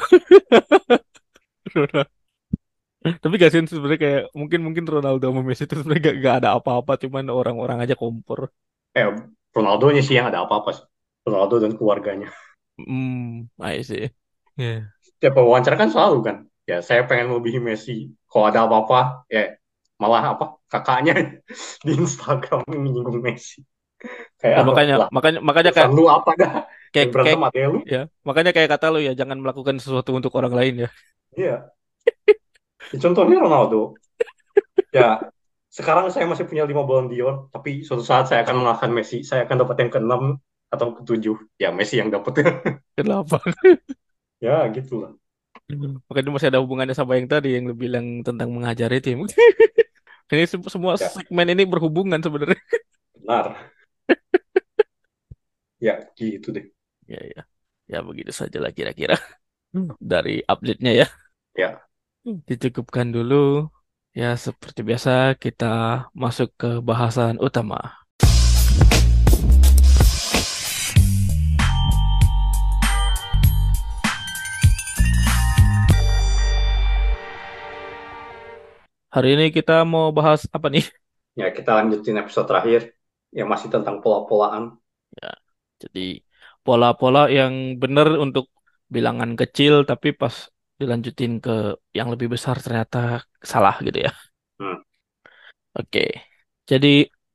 Tapi kasihan sih sebenarnya, kayak mungkin mungkin Ronaldo sama Messi itu sebenarnya gak ada apa-apa, cuman orang-orang aja kompor. Eh, Ronaldo-nya sih yang ada apa-apa sih. Ronaldo dan keluarganya. I see. Ya. Setiap wawancara kan selalu kan, ya saya pengen melebihi Messi. Kalau ada apa-apa, ya malah apa kakaknya di Instagram menyinggung Messi. Kayak Ya, apa makanya lah, makanya makanya urusan lu apa dah, kayak yang kayak berantem ada lu. ya, makanya kayak kata lu ya, jangan melakukan sesuatu untuk orang lain ya. Iya. Ya, contohnya Ronaldo, ya sekarang saya masih punya 5 Ballon d'Or, tapi suatu saat saya akan mengalahkan Messi, saya akan dapat yang ke-6 atau ke-7, ya Messi yang dapat. Kenapa? Ya gitulah. Makanya masih ada hubungannya sama yang tadi yang lu bilang tentang mengajari tim. Ini semua Ya segmen ini berhubungan sebenarnya. benar, ya gitu deh. Ya, ya. Ya begitu saja lah kira-kira dari update-nya ya. Ya. Dicukupkan dulu. Ya seperti biasa kita masuk ke bahasan utama. Hari ini kita mau bahas apa nih? Ya, kita lanjutin episode terakhir yang masih tentang pola-polaan. Ya, jadi pola-pola yang benar untuk bilangan kecil tapi pas dilanjutin ke yang lebih besar ternyata salah gitu ya. Hmm. Oke. Jadi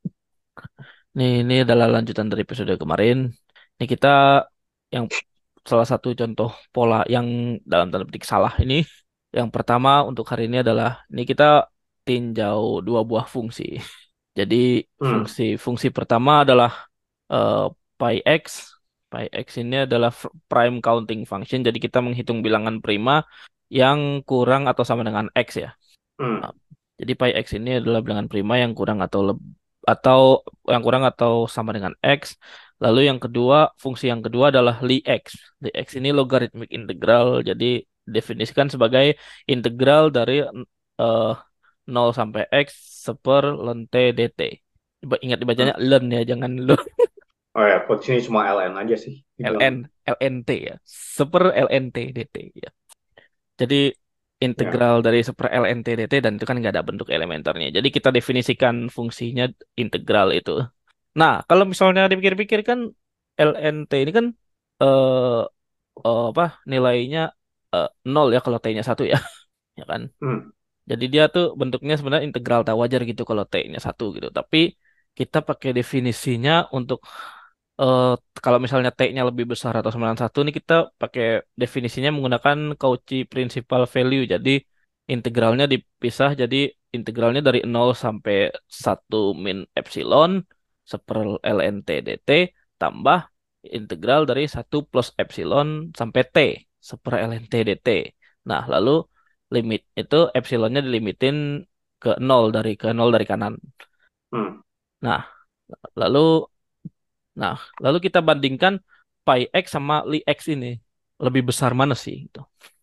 ini adalah lanjutan dari episode kemarin. Ini kita yang salah satu contoh pola yang dalam tanda petik salah ini. Yang pertama untuk hari ini adalah ini kita tinjau dua buah fungsi. Jadi Hmm. fungsi pertama adalah eh, pi x. Pi x ini adalah prime counting function. Jadi kita menghitung bilangan prima yang kurang atau sama dengan x ya. Hmm. Nah, jadi pi x ini adalah bilangan prima yang kurang atau yang kurang atau sama dengan x. Lalu yang kedua, fungsi yang kedua adalah Li x. Li x ini logarithmic integral. Jadi definisikan sebagai integral dari eh, 0 sampai x seper ln t dt. Ingat Hmm. dibacanya ln ya, jangan lu Oh ya, kok di sini cuma LN aja sih ln dibilangnya. lnt ya. Seper ln t dt ya. Jadi Ya. integral dari super ln t dt, dan itu kan nggak ada bentuk elementernya. Jadi kita definisikan fungsinya integral itu. Nah, kalau misalnya dipikir-pikir kan ln t ini kan eh apa nilainya 0 ya kalau t-nya 1 ya, ya kan? Hmm. Jadi dia tuh bentuknya sebenarnya integral, tak wajar gitu kalau t-nya 1 gitu. Tapi kita pakai definisinya untuk eh, kalau misalnya T-nya lebih besar atau sama dengan 1 nih, kita pakai definisinya menggunakan Cauchy Principal Value. Jadi integralnya dipisah, jadi integralnya dari 0 sampai 1 min epsilon seper ln T dt tambah integral dari 1 plus epsilon sampai T seper ln T dt. Nah, lalu limit itu epsilonnya dilimitin ke nol dari kanan. Hmm. Nah, lalu Nah, lalu kita bandingkan pi x sama li x ini. Lebih besar mana sih? Gitu.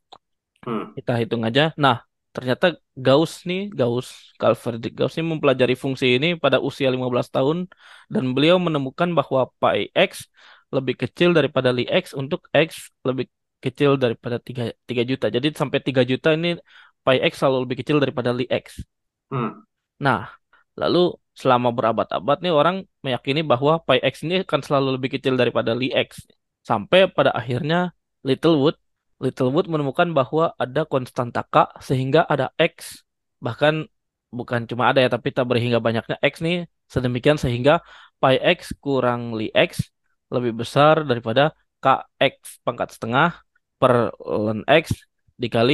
Hmm. Kita hitung aja. Nah, ternyata Gauss, Carl Friedrich Gauss ini mempelajari fungsi ini pada usia 15 tahun dan beliau menemukan bahwa pi x lebih kecil daripada li x untuk x lebih kecil daripada 3 juta. Jadi sampai 3 juta ini pi x selalu lebih kecil daripada li x. Hmm. Nah, lalu selama berabad-abad nih orang meyakini bahwa pi x ini akan selalu lebih kecil daripada li x. Sampai pada akhirnya Littlewood, Littlewood menemukan bahwa ada konstanta K sehingga ada x. Bahkan bukan cuma ada ya, tapi tak hingga banyaknya x nih. Sedemikian sehingga pi x kurang li x lebih besar daripada kx pangkat setengah per ln x dikali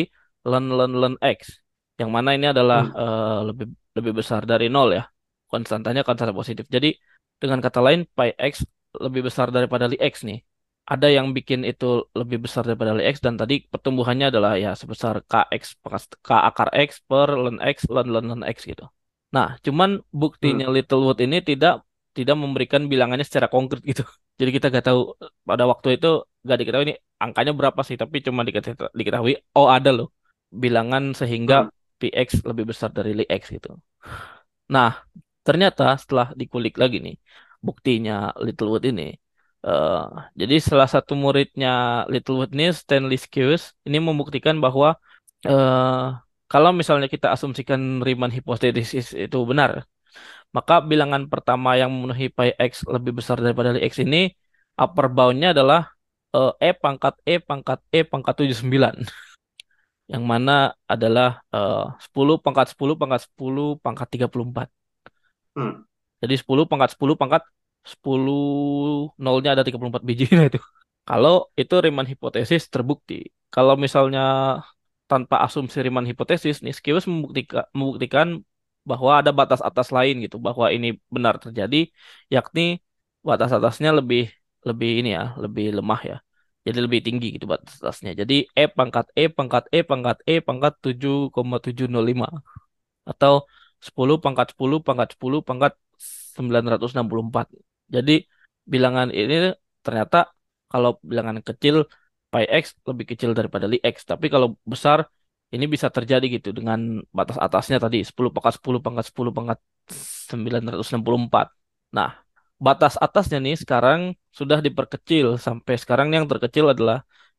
ln x. Yang mana ini adalah Hmm. lebih lebih besar dari nol ya. Konstantanya konstanta positif. Jadi dengan kata lain pi x lebih besar daripada li x nih. Ada yang bikin itu lebih besar daripada li x, dan tadi pertumbuhannya adalah ya sebesar kx k akar x per ln x ln x gitu. Nah, cuman Hmm. buktinya Littlewood ini tidak tidak memberikan bilangannya secara konkret gitu. Jadi kita nggak tahu pada waktu itu nggak diketahui ini angkanya berapa sih, tapi cuma diketahui oh ada loh bilangan sehingga Hmm, PX lebih besar dari LX gitu. Nah, ternyata setelah dikulik lagi nih buktinya Littlewood ini, eh jadi salah satu muridnya Littlewood ini Stanley Skews ini membuktikan bahwa eh kalau misalnya kita asumsikan Riemann hipotesis itu benar, maka bilangan pertama yang memenuhi pi x lebih besar daripada x ini upper boundnya adalah E pangkat E pangkat 79. Yang mana adalah 10 pangkat 10 pangkat 10 pangkat 34. hmm, Jadi 10 pangkat 10 pangkat 10 nolnya ada 34 biji. Nah itu. Kalau itu Riemann hipotesis terbukti. Kalau misalnya tanpa asumsi Riemann hipotesis, nih Skews membuktikan bahwa ada batas atas lain gitu, bahwa ini benar terjadi, yakni batas atasnya lebih lebih ini ya, lebih lemah ya. Jadi lebih tinggi gitu batas atasnya. Jadi E pangkat E pangkat E pangkat E pangkat 7,705 atau 10 pangkat 10 pangkat 10 pangkat 964. Jadi bilangan ini ternyata kalau bilangan kecil pi x lebih kecil daripada li x, tapi kalau besar ini bisa terjadi gitu dengan batas atasnya tadi 10 pangkat 10 pangkat 10 pangkat 964. Nah, batas atasnya nih sekarang sudah diperkecil sampai sekarang yang terkecil adalah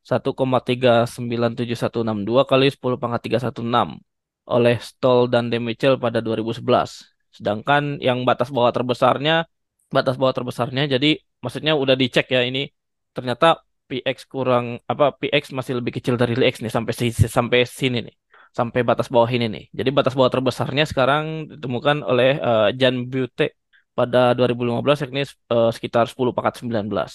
1,397162 kali 10 pangkat 316 oleh Stoll dan Demichel pada 2011. Sedangkan yang batas bawah terbesarnya jadi maksudnya udah dicek ya ini ternyata PX kurang apa PX masih lebih kecil dari LX nih sampai sini nih. Sampai batas bawah ini nih. Jadi batas bawah terbesarnya sekarang ditemukan oleh Jan Butte pada 2015 yakni sekitar 10 pangkat 19.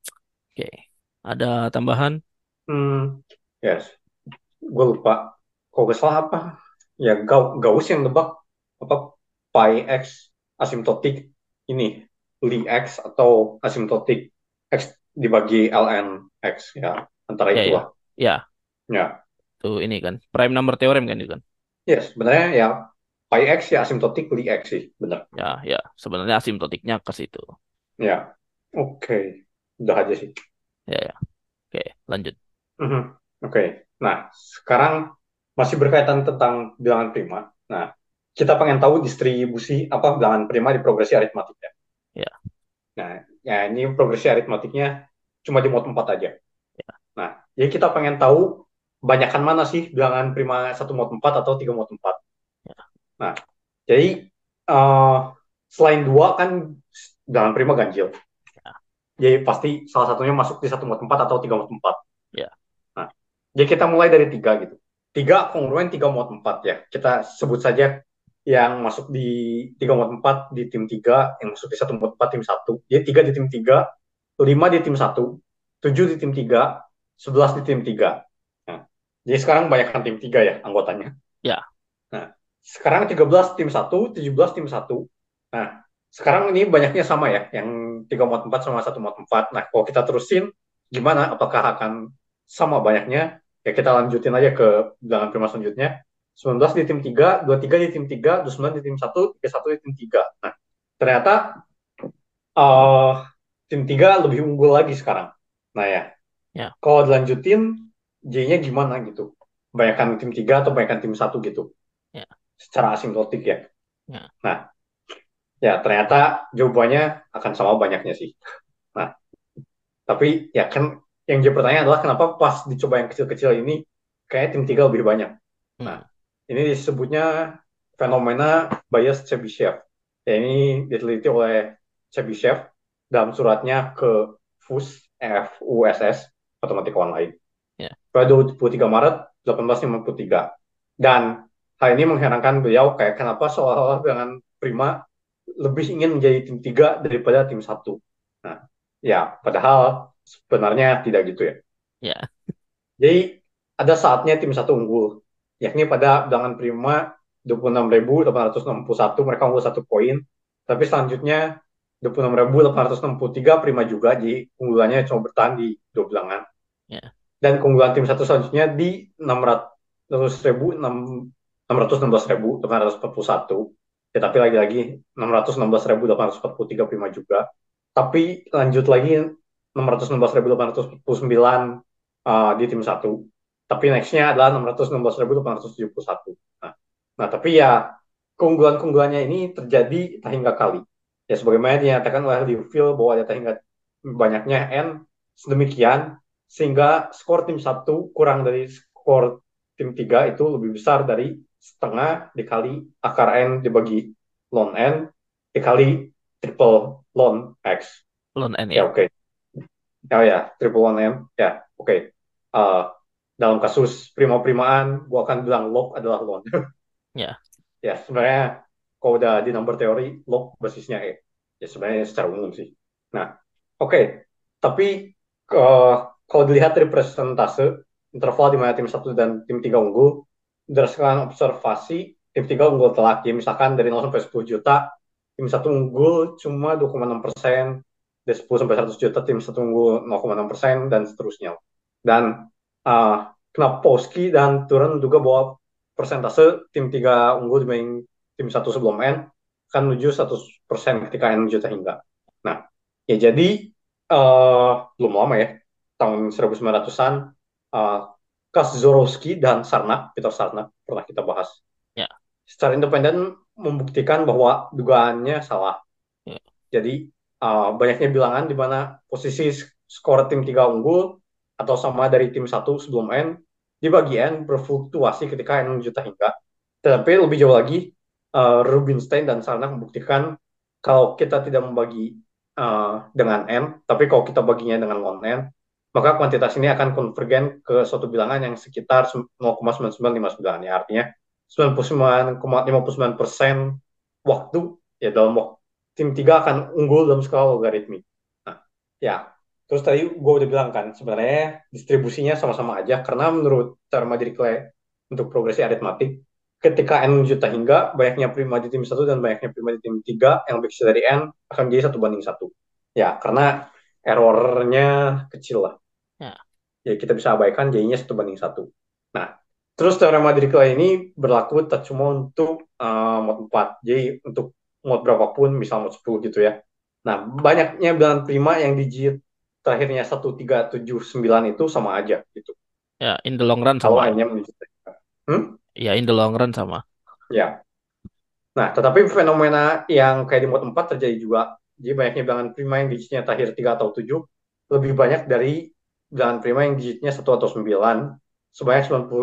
Oke. Ada tambahan? hmm. Yes, gue lupa. Kalau nggak salah apa? Ya, Gauss yang nebak apa pi x asimtotik ini li x atau asimtotik x dibagi ln x ya antara Ya itulah. ya. Ya, Ya, tuh ini kan prime number theorem kan itu kan. ya sebenarnya ya pi x ya asimtotik li x sih, benar. Ya, ya, sebenarnya asimtotiknya ke situ. Ya, oke, udah aja sih. Ya, ya. Oke, lanjut. Mhm. Oke, nah sekarang masih berkaitan tentang bilangan prima. Nah, kita pengen tahu distribusi apa bilangan prima di progresi aritmatik ya. Ya, Nah, ya ini progresi aritmatiknya cuma di mod 4 aja. ya, Nah, jadi kita pengen tahu banyakan mana sih bilangan prima satu mod 4 atau 3 mod 4. ya, Nah, jadi eh, selain dua kan bilangan prima ganjil. Jadi pasti salah satunya masuk di satu mod 4 atau 3 mod 4. ya, Nah, jadi kita mulai dari tiga gitu. Tiga kongruen 3 mod 4 ya. Kita sebut saja yang masuk di 3 mod 4 di tim 3, yang masuk di satu mod 4 tim satu. Jadi 3 di tim 3, 5 di tim satu, 7 di tim 3, 11 di tim 3. Nah, jadi sekarang banyakkan tim 3 ya anggotanya. ya, Nah, sekarang 13 tim satu, 17 tim satu. Nah, sekarang ini banyaknya sama ya, yang 3 mod 4 sama satu mod 4. Nah, kalau kita terusin, gimana? Apakah akan sama banyaknya? Ya kita lanjutin aja ke bilangan prima selanjutnya. 19 di tim 3, 23 di tim 3, 29 di tim satu, 31 di tim 3. Nah, ternyata uh, tim 3 lebih unggul lagi sekarang. Nah ya, ya, kalau dilanjutin, J-nya gimana gitu? Banyakkan tim 3 atau banyakkan tim satu gitu? ya, Secara asimptotik ya. ya, Nah, ya ternyata jawabannya akan sama banyaknya sih. Nah, tapi ya kan yang jadi pertanyaan adalah kenapa pas dicoba yang kecil-kecil ini kayak tim 3 lebih banyak. Nah, hmm, ini disebutnya fenomena bias Chebyshev. Ya, ini diteliti oleh Chebyshev dalam suratnya ke FUSS, Matematika Online, ya, pada 23 Maret 1853. Dan hal ini mengherankan beliau kayak kenapa seolah-olah dengan prima lebih ingin menjadi tim 3 daripada tim satu. Nah, ya padahal sebenarnya tidak gitu ya. ya, Jadi ada saatnya tim satu unggul, yakni pada bilangan prima 26.861 mereka unggul 1 poin, tapi selanjutnya 26.863 prima juga, jadi unggulannya cuma bertahan di dua bilangan. ya, Dan keunggulan tim satu selanjutnya di 600.000, 616.841. Ya, tapi lagi-lagi 616.843 prima juga. Tapi lanjut lagi 616.849 di tim satu. Tapi nextnya adalah 616.871. Nah, nah, tapi ya keunggulan-keunggulannya ini terjadi tak hingga kali. Ya sebagaimana dinyatakan oleh Liu Fil bahwa ada tak hingga banyaknya N sedemikian sehingga skor tim satu kurang dari skor tim 3 itu lebih besar dari setengah dikali akar N dibagi ln N dikali triple ln X. Lone N Ya ya. oke. Oh ya, triple one M. Ya, oke. Eh, dalam kasus prima-primaan, gua akan bilang log adalah lone. Ya. Ya, sebenarnya kalau udah di number teori, log basisnya E. Ya, sebenarnya secara umum sih. Nah, oke. Tapi eh, kalau dilihat dari presentase, interval di mana tim satu dan tim 3 unggul, berdasarkan observasi, tim 3 unggul telak. Ya, misalkan dari 0 sampai 10 juta, tim satu unggul cuma 2,6%, dari 10 sampai 100 juta, tim satu unggul 0,6%, dan seterusnya. Dan uh, Knapowski dan Turan juga bahwa persentase tim 3 unggul dibanding tim satu sebelum N akan menuju 100% ketika N menuju hingga. Nah, ya jadi belum lama ya, tahun 1900-an, uh, Kazorowski dan Sarnak, Peter Sarnak, pernah kita bahas. Ya. Secara independen membuktikan bahwa dugaannya salah. Ya. Jadi banyaknya bilangan di mana posisi skor tim 3 unggul atau sama dari tim satu sebelum N di bagian berfluktuasi ketika N menuju hingga. Tetapi lebih jauh lagi, Rubinstein dan Sarnak membuktikan kalau kita tidak membagi dengan N, tapi kalau kita baginya dengan ln N, maka kuantitas ini akan konvergen ke suatu bilangan yang sekitar 0,9959. Ya, artinya 99,59% waktu ya dalam tim 3 akan unggul dalam skala logaritmik. Nah, ya, terus tadi gue udah bilang kan, sebenarnya distribusinya sama-sama aja, karena menurut Dharma Dirichlet untuk progresi aritmatik, ketika N juta hingga, banyaknya prima di tim satu dan banyaknya prima di tim 3 yang lebih kecil dari N, akan jadi 1:1. Ya, karena errornya kecil lah. Ya. Ya, kita bisa abaikan jadinya 1:1. Nah, terus teorema Dirichlet ini berlaku tak cuma untuk mod 4. Jadi untuk mod berapapun, misal mod 10 gitu ya. Nah, banyaknya bilangan prima yang digit terakhirnya 1379 itu sama aja gitu. Ya, in the long run Kalau sama. N-nya menunjuk. Hmm? Ya, in the long run sama. Ya. Nah, tetapi fenomena yang kayak di mod 4 terjadi juga. Jadi banyaknya bilangan prima yang digitnya terakhir 3 atau 7 lebih banyak dari bilangan prima yang digitnya 1 atau 9 sebanyak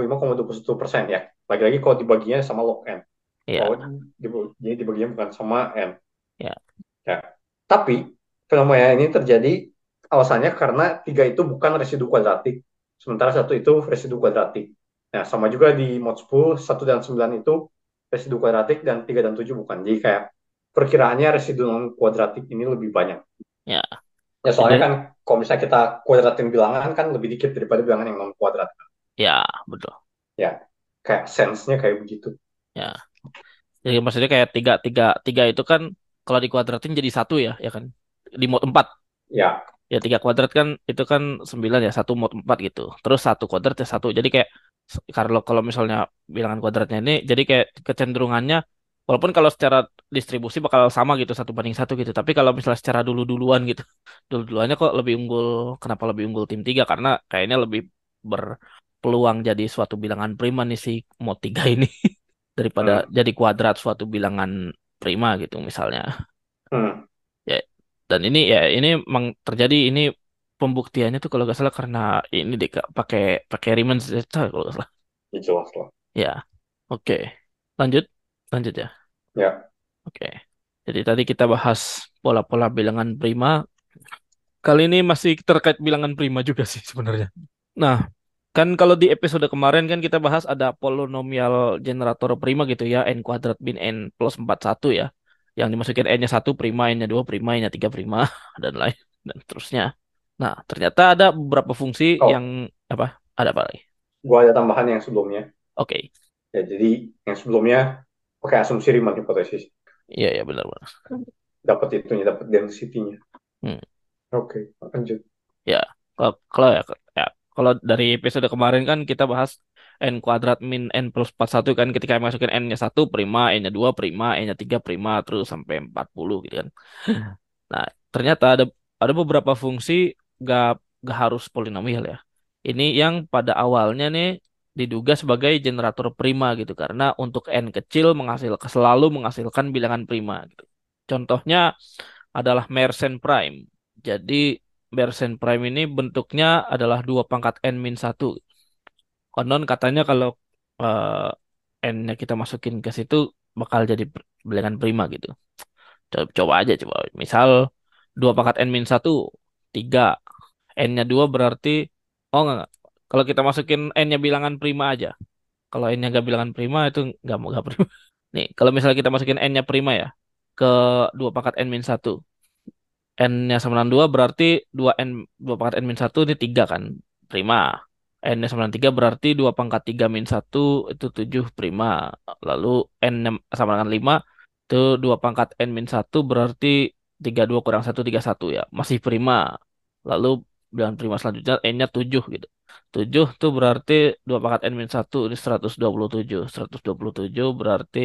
95,21% ya. Lagi-lagi kalau dibaginya sama log N. Ya. Kalau jadi dibaginya bukan sama N. Ya. Ya. Tapi fenomena ini terjadi alasannya karena 3 itu bukan residu kuadratik, sementara satu itu residu kuadratik. Nah, sama juga di mod 10, 1 dan 9 itu residu kuadratik dan 3 dan 7 bukan. Jadi kayak perkiraannya residu non kuadratik ini lebih banyak. Ya. Ya soalnya Jadi, kan kalau misalnya kita kuadratin bilangan kan lebih dikit daripada bilangan yang non kuadrat. ya, betul. Ya, kayak sense-nya kayak begitu. Ya. Jadi maksudnya kayak tiga, tiga, tiga itu kan kalau dikuadratin jadi satu ya, ya kan? Di mod 4. Ya, Ya, tiga kuadrat kan itu kan 9 ya, satu mod 4 gitu. Terus satu kuadrat ya satu. Jadi kayak kalau kalau misalnya bilangan kuadratnya ini, jadi kayak kecenderungannya, walaupun kalau secara distribusi bakal sama gitu, 1:1 gitu. Tapi kalau misalnya secara dulu-duluan gitu, dulu-duluannya kok lebih unggul, kenapa lebih unggul tim 3? Karena kayaknya lebih berpeluang jadi suatu bilangan prima nih si mod 3 ini. Daripada hmm, jadi kuadrat suatu bilangan prima gitu misalnya. hmm, Ya, dan ini ya ini memang terjadi ini pembuktiannya tuh kalau nggak salah karena ini deh Kak, pakai pakai Riemann zeta kalau nggak salah. ya jelas lah. Ya, oke. Lanjut, lanjut ya. Ya, Oke. Jadi tadi kita bahas pola-pola bilangan prima. Kali ini masih terkait bilangan prima juga sih sebenarnya. Nah, kan kalau di episode kemarin kan kita bahas ada polinomial generator prima gitu ya, n kuadrat min n plus 41 ya. Yang dimasukin n-nya 1 prima, n-nya 2 prima, n-nya 3 prima, dan lain, dan seterusnya. Nah, ternyata ada beberapa fungsi yang, oh, apa, ada apa lagi? gua ada tambahan yang sebelumnya. Oke. Ya, jadi yang sebelumnya pakai asumsi Riemann hipotesis. Iya, iya, benar-benar. Dapat itunya, dapat density-nya. Hmm. Oke, lanjut. Ya, kalau ya, kalau dari episode kemarin kan kita bahas n kuadrat min n plus 41 kan ketika masukin n-nya 1 prima, n-nya 2 prima, n-nya 3 prima, terus sampai 40 gitu kan. Nah, ternyata ada beberapa fungsi nggak nggak harus polinomial ya. Ini yang pada awalnya nih diduga sebagai generator prima gitu karena untuk n kecil selalu menghasilkan bilangan prima gitu. Contohnya adalah Mersenne prime. Jadi Mersenne prime ini bentuknya adalah 2 pangkat n min 1. Konon katanya kalau n-nya kita masukin ke situ bakal jadi bilangan prima gitu. Coba aja coba. Misal 2 pangkat n min 1 3. N-nya 2 berarti oh enggak. Kalau kita masukin n-nya bilangan prima aja. Kalau n-nya enggak bilangan prima itu enggak prima. Nih, kalau misalnya kita masukin n-nya prima ya ke 2 pangkat n min 1. N-nya sama dengan 2 berarti 2 pangkat n min 1 ini 3 kan. Prima. N-nya sama dengan 3 berarti 2 pangkat 3 min 1 itu 7 prima. Lalu N-nya sama dengan 5 itu 2 pangkat n min 1 berarti 32 kurang 1 31 ya. Masih prima. Lalu bilangan prima selanjutnya N-nya 7 gitu. 7 tuh berarti 2 pangkat n min 1 ini 127. 127 berarti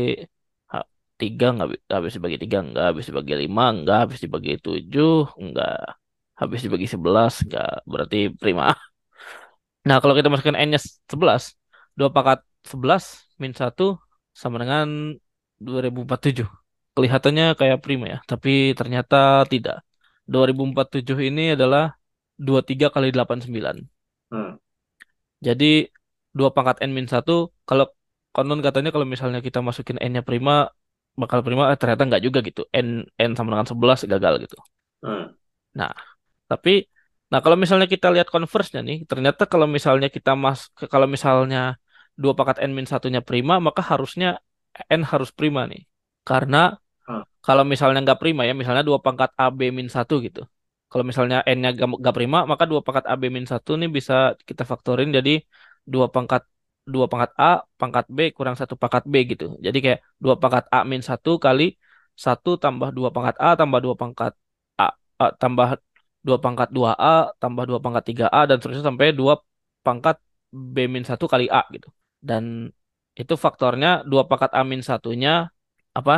3 nggak habis dibagi 3 nggak habis dibagi 5 nggak habis dibagi 7 nggak habis dibagi 11 nggak berarti prima. Nah kalau kita masukkan n-nya 11 2 pangkat 11 min 1 sama dengan 2047. Kelihatannya kayak prima ya tapi ternyata tidak. 2047 ini adalah 23 kali 89. Hmm. Jadi 2 pangkat n min 1 kalau konon katanya kalau misalnya kita masukin n-nya prima bakal prima ternyata nggak juga gitu. N sama dengan 11 gagal gitu. Hmm. Nah, tapi kalau misalnya kita lihat converse-nya nih, ternyata kalau misalnya 2 pangkat n min satunya prima, maka harusnya n harus prima nih. Karena Hmm. kalau misalnya nggak prima ya, misalnya 2 pangkat AB min satu gitu. Kalau misalnya n-nya nggak prima, maka 2 pangkat AB min satu nih bisa kita faktorin jadi 2 pangkat 2 pangkat A pangkat B kurang 1 pangkat B gitu. Jadi kayak 2 pangkat A min satu kali 1 tambah 2 pangkat A tambah 2 pangkat A, tambah 2 pangkat 2A tambah 2 pangkat 3A dan seterusnya sampai 2 pangkat B min satu kali A gitu. Dan itu faktornya 2 pangkat A min satunya apa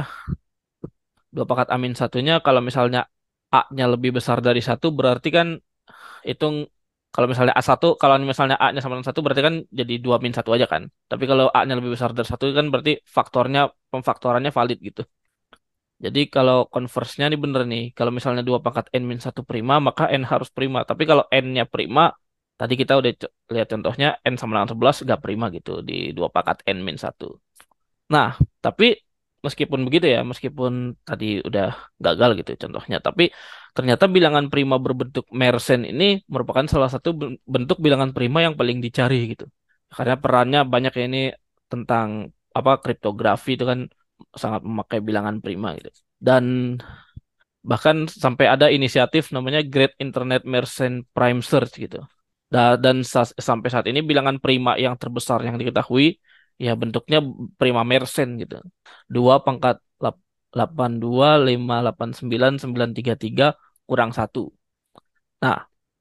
2 pangkat amin satunya kalau misalnya A-nya lebih besar dari satu berarti kan hitung kalau misalnya A1 kalau misalnya A-nya sama dengan 1 berarti kan jadi 2 min satu aja kan. Tapi kalau A-nya lebih besar dari satu kan berarti pemfaktorannya valid gitu. Jadi kalau converse-nya nih bener nih. Kalau misalnya 2 pangkat n min satu prima maka n harus prima. Tapi kalau n-nya prima tadi kita udah lihat contohnya n sama dengan 11 gak prima gitu di 2 pangkat n min satu. Nah, tapi meskipun begitu ya, meskipun tadi udah gagal gitu contohnya, tapi ternyata bilangan prima berbentuk Mersenne ini merupakan salah satu bentuk bilangan prima yang paling dicari gitu. Karena perannya banyak ya ini tentang apa kriptografi itu kan sangat memakai bilangan prima gitu. Dan bahkan sampai ada inisiatif namanya Great Internet Mersenne Prime Search gitu. Sampai saat ini bilangan prima yang terbesar yang diketahui ya bentuknya prima Mersenne gitu. 2 pangkat 82 5 8 9 9 3 3 kurang satu. Nah,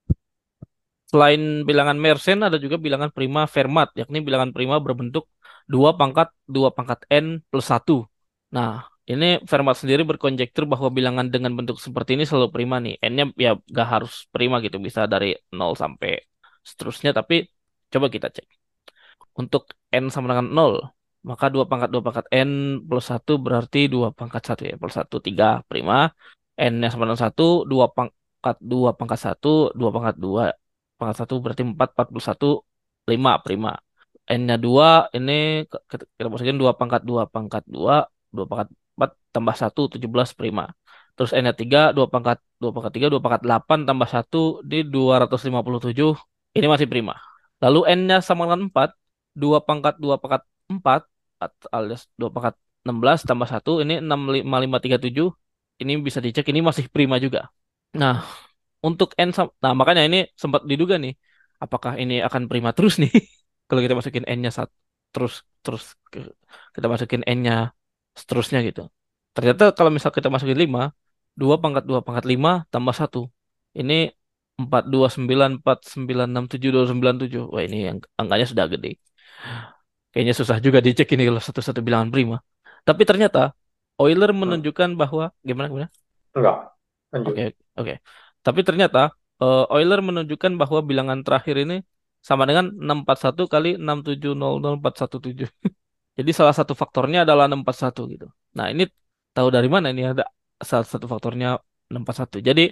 selain bilangan Mersenne ada juga bilangan prima Fermat yakni bilangan prima berbentuk 2 pangkat n plus satu. Nah, ini Fermat sendiri berkonjektur bahwa bilangan dengan bentuk seperti ini selalu prima nih. N-nya ya gak harus prima gitu, bisa dari 0 sampai seterusnya, tapi coba kita cek. Untuk N sama dengan 0, maka 2 pangkat N plus satu berarti 2 pangkat 1 ya. Plus satu 3 prima. N-nya sama dengan satu 2 pangkat 1 2 pangkat 2 berarti 4 plus 1 5 prima. N-nya 2 ini kita masukin 2 pangkat 2 pangkat 2 tambah satu 17 prima. Terus N-nya 3 2 pangkat 3 8 tambah satu di 257 ini masih prima. Lalu N-nya sama dengan 4 2 pangkat 4 alias 2 pangkat 16 tambah satu ini 65537 ini bisa dicek ini masih prima juga. Nah, untuk nah makanya ini sempat diduga nih apakah ini akan prima terus nih kalau kita masukin n-nya terus terus kita masukin n-nya seterusnya gitu. Ternyata kalau misal kita masukin 5 2 pangkat 5 tambah satu ini 429 4967 Wah, ini yang angkanya sudah gede. Kayaknya susah juga dicek ini kalau satu-satu bilangan prima. Tapi ternyata Euler Hmm. menunjukkan bahwa gimana gimana? Enggak. Lanjut. Oke, oke. Tapi ternyata Euler menunjukkan bahwa bilangan terakhir ini sama dengan 641 kali 6700417. Jadi salah satu faktornya adalah 641 gitu. Nah, ini tahu dari mana ini ada salah satu faktornya 641. Jadi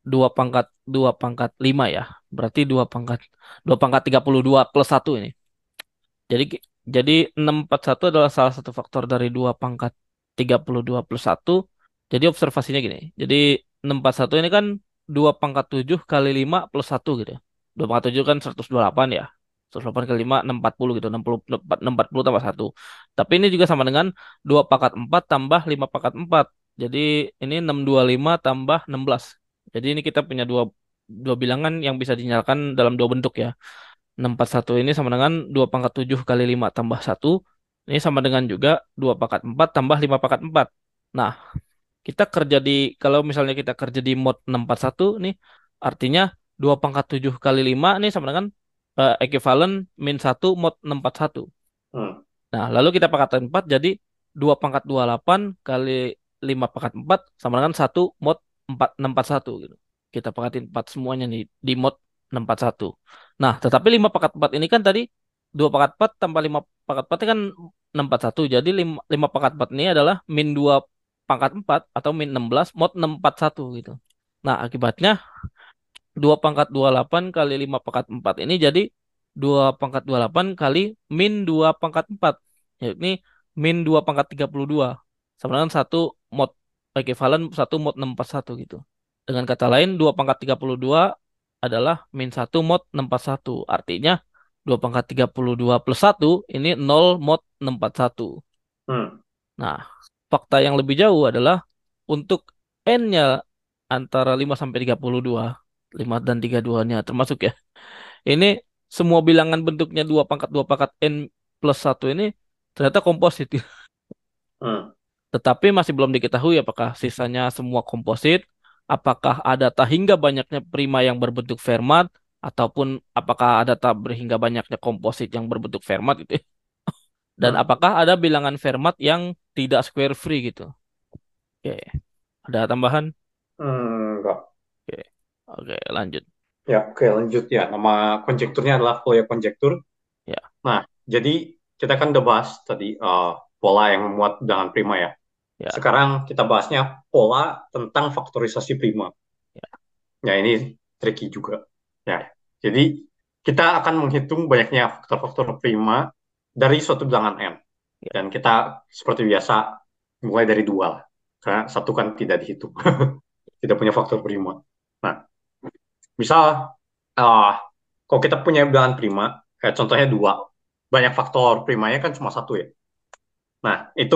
2 pangkat 5 ya. Berarti 2 pangkat 32 plus 1 ini. Jadi jadi 641 adalah salah satu faktor dari 2 pangkat 32 plus 1. Jadi observasinya gini. Jadi 641 ini kan 2 pangkat 7 kali 5 plus 1 gitu. 2 pangkat 7 kan 128 ya. 128 kali 5 640 gitu. 640 tambah 1. Tapi ini juga sama dengan 2 pangkat 4 tambah 5 pangkat 4. Jadi ini 625 tambah 16. Jadi ini kita punya dua bilangan yang bisa dinyalakan dalam dua bentuk ya. 641 ini sama dengan 2 pangkat 7 kali 5 tambah 1. Ini sama dengan juga 2 pangkat 4 tambah 5 pangkat 4. Nah, kita kerja di, kalau misalnya kita kerja di mod 641 nih, artinya 2 pangkat 7 kali 5 ini sama dengan ekuivalen min 1 mod 641. Hmm. Nah, lalu kita pangkatin 4 jadi 2 pangkat 28 kali 5 pangkat 4 sama dengan 1 mod 641 gitu. Kita pangkatin 4 semuanya nih di mod 641. Nah, tetapi 5 pangkat 4 ini kan tadi 2 pangkat 4 tambah 5 pangkat 4 ini kan 641. Jadi 5 pangkat 4 ini adalah min 2 pangkat 4 atau min 16 mod 641 gitu. Nah, akibatnya 2 pangkat 28 kali 5 pangkat 4 ini jadi 2 pangkat 28 kali min 2 pangkat 4. Yakni min 2 pangkat 32. Sama dengan 1 mod ekuivalen 1 mod 641 gitu. Dengan kata lain 2 pangkat 32 adalah min 1 mod 641. Artinya 2 pangkat 32 plus 1 ini 0 mod 641. Hmm. Nah, fakta yang lebih jauh adalah untuk n-nya antara 5 sampai 32, 5 dan 32-nya termasuk ya. Ini semua bilangan bentuknya 2 pangkat n plus 1 ini ternyata komposit. Hmm. Tetapi masih belum diketahui apakah sisanya semua komposit, apakah ada tak hingga banyaknya prima yang berbentuk Fermat, ataupun apakah ada tak hingga banyaknya komposit yang berbentuk Fermat gitu ya. Dan Hmm. apakah ada bilangan Fermat yang tidak square free gitu. Oke, ada tambahan? Enggak. Oke, oke lanjut. Ya, oke, lanjut ya. Nama konjekturnya adalah Fourier konjektur. Ya, Nah, jadi kita kan udah bahas tadi pola yang memuat dengan prima ya. ya, Sekarang kita bahasnya pola tentang faktorisasi prima. ya, Ya, ini tricky juga. Ya, jadi kita akan menghitung banyaknya faktor-faktor prima dari suatu bilangan n. ya, Dan kita seperti biasa mulai dari dua lah. Karena satu kan tidak dihitung. Tidak punya faktor prima. Nah, misal uh, kalau kita punya bilangan prima, kayak contohnya dua, banyak faktor primanya kan cuma satu ya. Nah, itu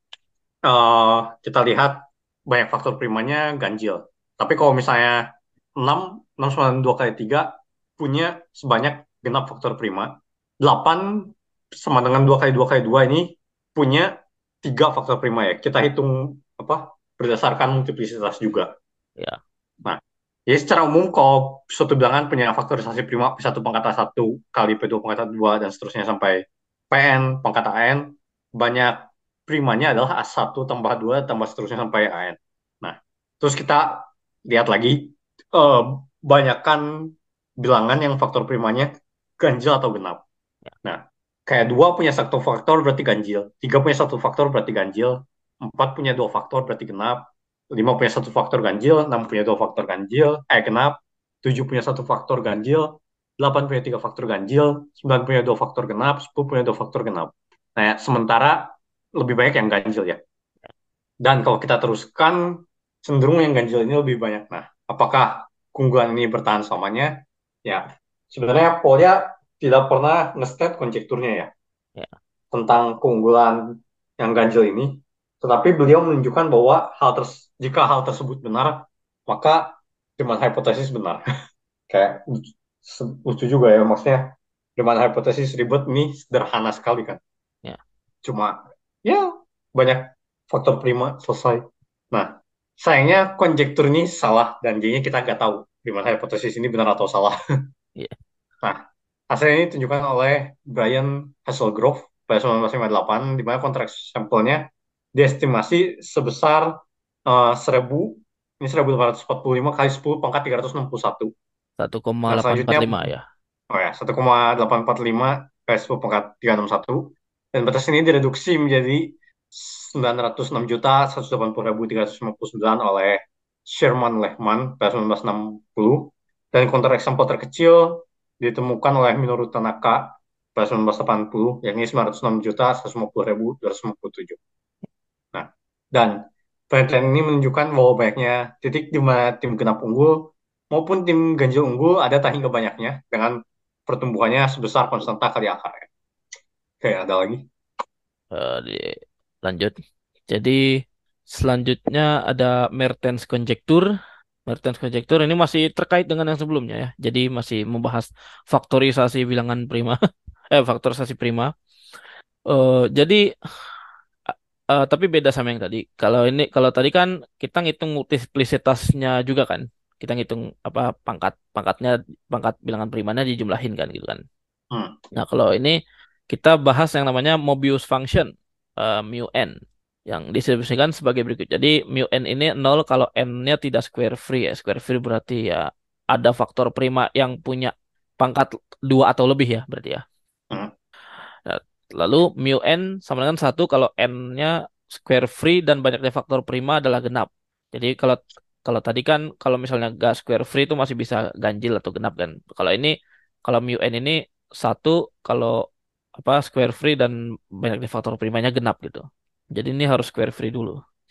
eh, kita lihat banyak faktor primanya ganjil. Tapi kalau misalnya 6, 6 sama 2 kali 3 punya sebanyak genap faktor prima. 8 sama dengan 2 kali 2 kali 2 ini punya 3 faktor prima ya. Kita hitung apa berdasarkan multiplisitas juga. ya, Nah, jadi secara umum kalau suatu bilangan punya faktorisasi prima P1 pangkat A1 kali P2 pangkat A2 dan seterusnya sampai Pn pangkat An, banyak primanya adalah A1 tambah 2 tambah seterusnya sampai An. Nah, terus kita lihat lagi eh, banyakkan bilangan yang faktor primanya ganjil atau genap. Nah, kayak 2 punya satu faktor berarti ganjil, 3 punya satu faktor berarti ganjil, 4 punya 2 faktor berarti genap, 5 punya satu faktor ganjil, 6 punya 2 faktor ganjil, genap, 7 punya satu faktor ganjil, 8 punya 3 faktor ganjil, 9 punya 2 faktor genap, 10 punya 2 faktor genap. Nah, sementara lebih banyak yang ganjil ya. Dan kalau kita teruskan, cenderung yang ganjil ini lebih banyak. Nah, apakah keunggulan ini bertahan selamanya? Ya, sebenarnya Polya tidak pernah nge-state konjekturnya ya ya, tentang keunggulan yang ganjil ini. Tetapi beliau menunjukkan bahwa jika hal tersebut benar, maka Riemann hipotesis benar. Kayak lucu juga ya, maksudnya Riemann hipotesis ribet ini sederhana sekali kan. ya. Cuma ya banyak faktor prima selesai. Nah, sayangnya konjektur ini salah dan jadinya kita nggak tahu Riemann hipotesis ini benar atau salah. Ya. Nah, hasil ini ditunjukkan oleh Brian Hasselgrove pada 1958, di mana kontrak sampelnya diestimasi sebesar 1000, ini 1845 kali 10 pangkat 361. Nah, selanjutnya 1,845 ya. oh ya, 1,845 10 pangkat 361. Dan batas ini direduksi menjadi 906.180.359 oleh Sherman Lehman pada 1960. Dan counterexample terkecil ditemukan oleh Minoru Tanaka pada 1980, yakni 906.150.257. Nah, dan penelitian ini menunjukkan bahwa banyaknya titik di mana tim genap unggul maupun tim ganjil unggul ada tak hingga banyaknya dengan pertumbuhannya sebesar konstanta kali akarnya. Oke, ada lagi. Lanjut. Jadi selanjutnya ada Mertens conjecture. Mertens conjecture ini masih terkait dengan yang sebelumnya ya. Jadi masih membahas faktorisasi bilangan prima. Faktorisasi prima. Jadi tapi beda sama yang tadi. Kalau tadi kan kita ngitung multiplisitasnya juga kan. Kita ngitung apa pangkat bilangan primanya dijumlahin kan gitu kan. Hmm, Nah, kalau ini kita bahas yang namanya Mobius function, mu n, yang distribusikan sebagai berikut. Jadi mu n ini nol kalau n-nya tidak square free ya. Square free berarti ya ada faktor prima yang punya pangkat 2 atau lebih ya berarti ya. hmm, Nah, lalu mu n sama dengan satu kalau n-nya square free dan banyaknya faktor prima adalah genap. Jadi kalau kalau tadi kan kalau misalnya gak square free itu masih bisa ganjil atau genap kan. Kalau mu n ini satu kalau apa square free dan banyaknya faktor primanya genap gitu. Jadi ini harus square free dulu.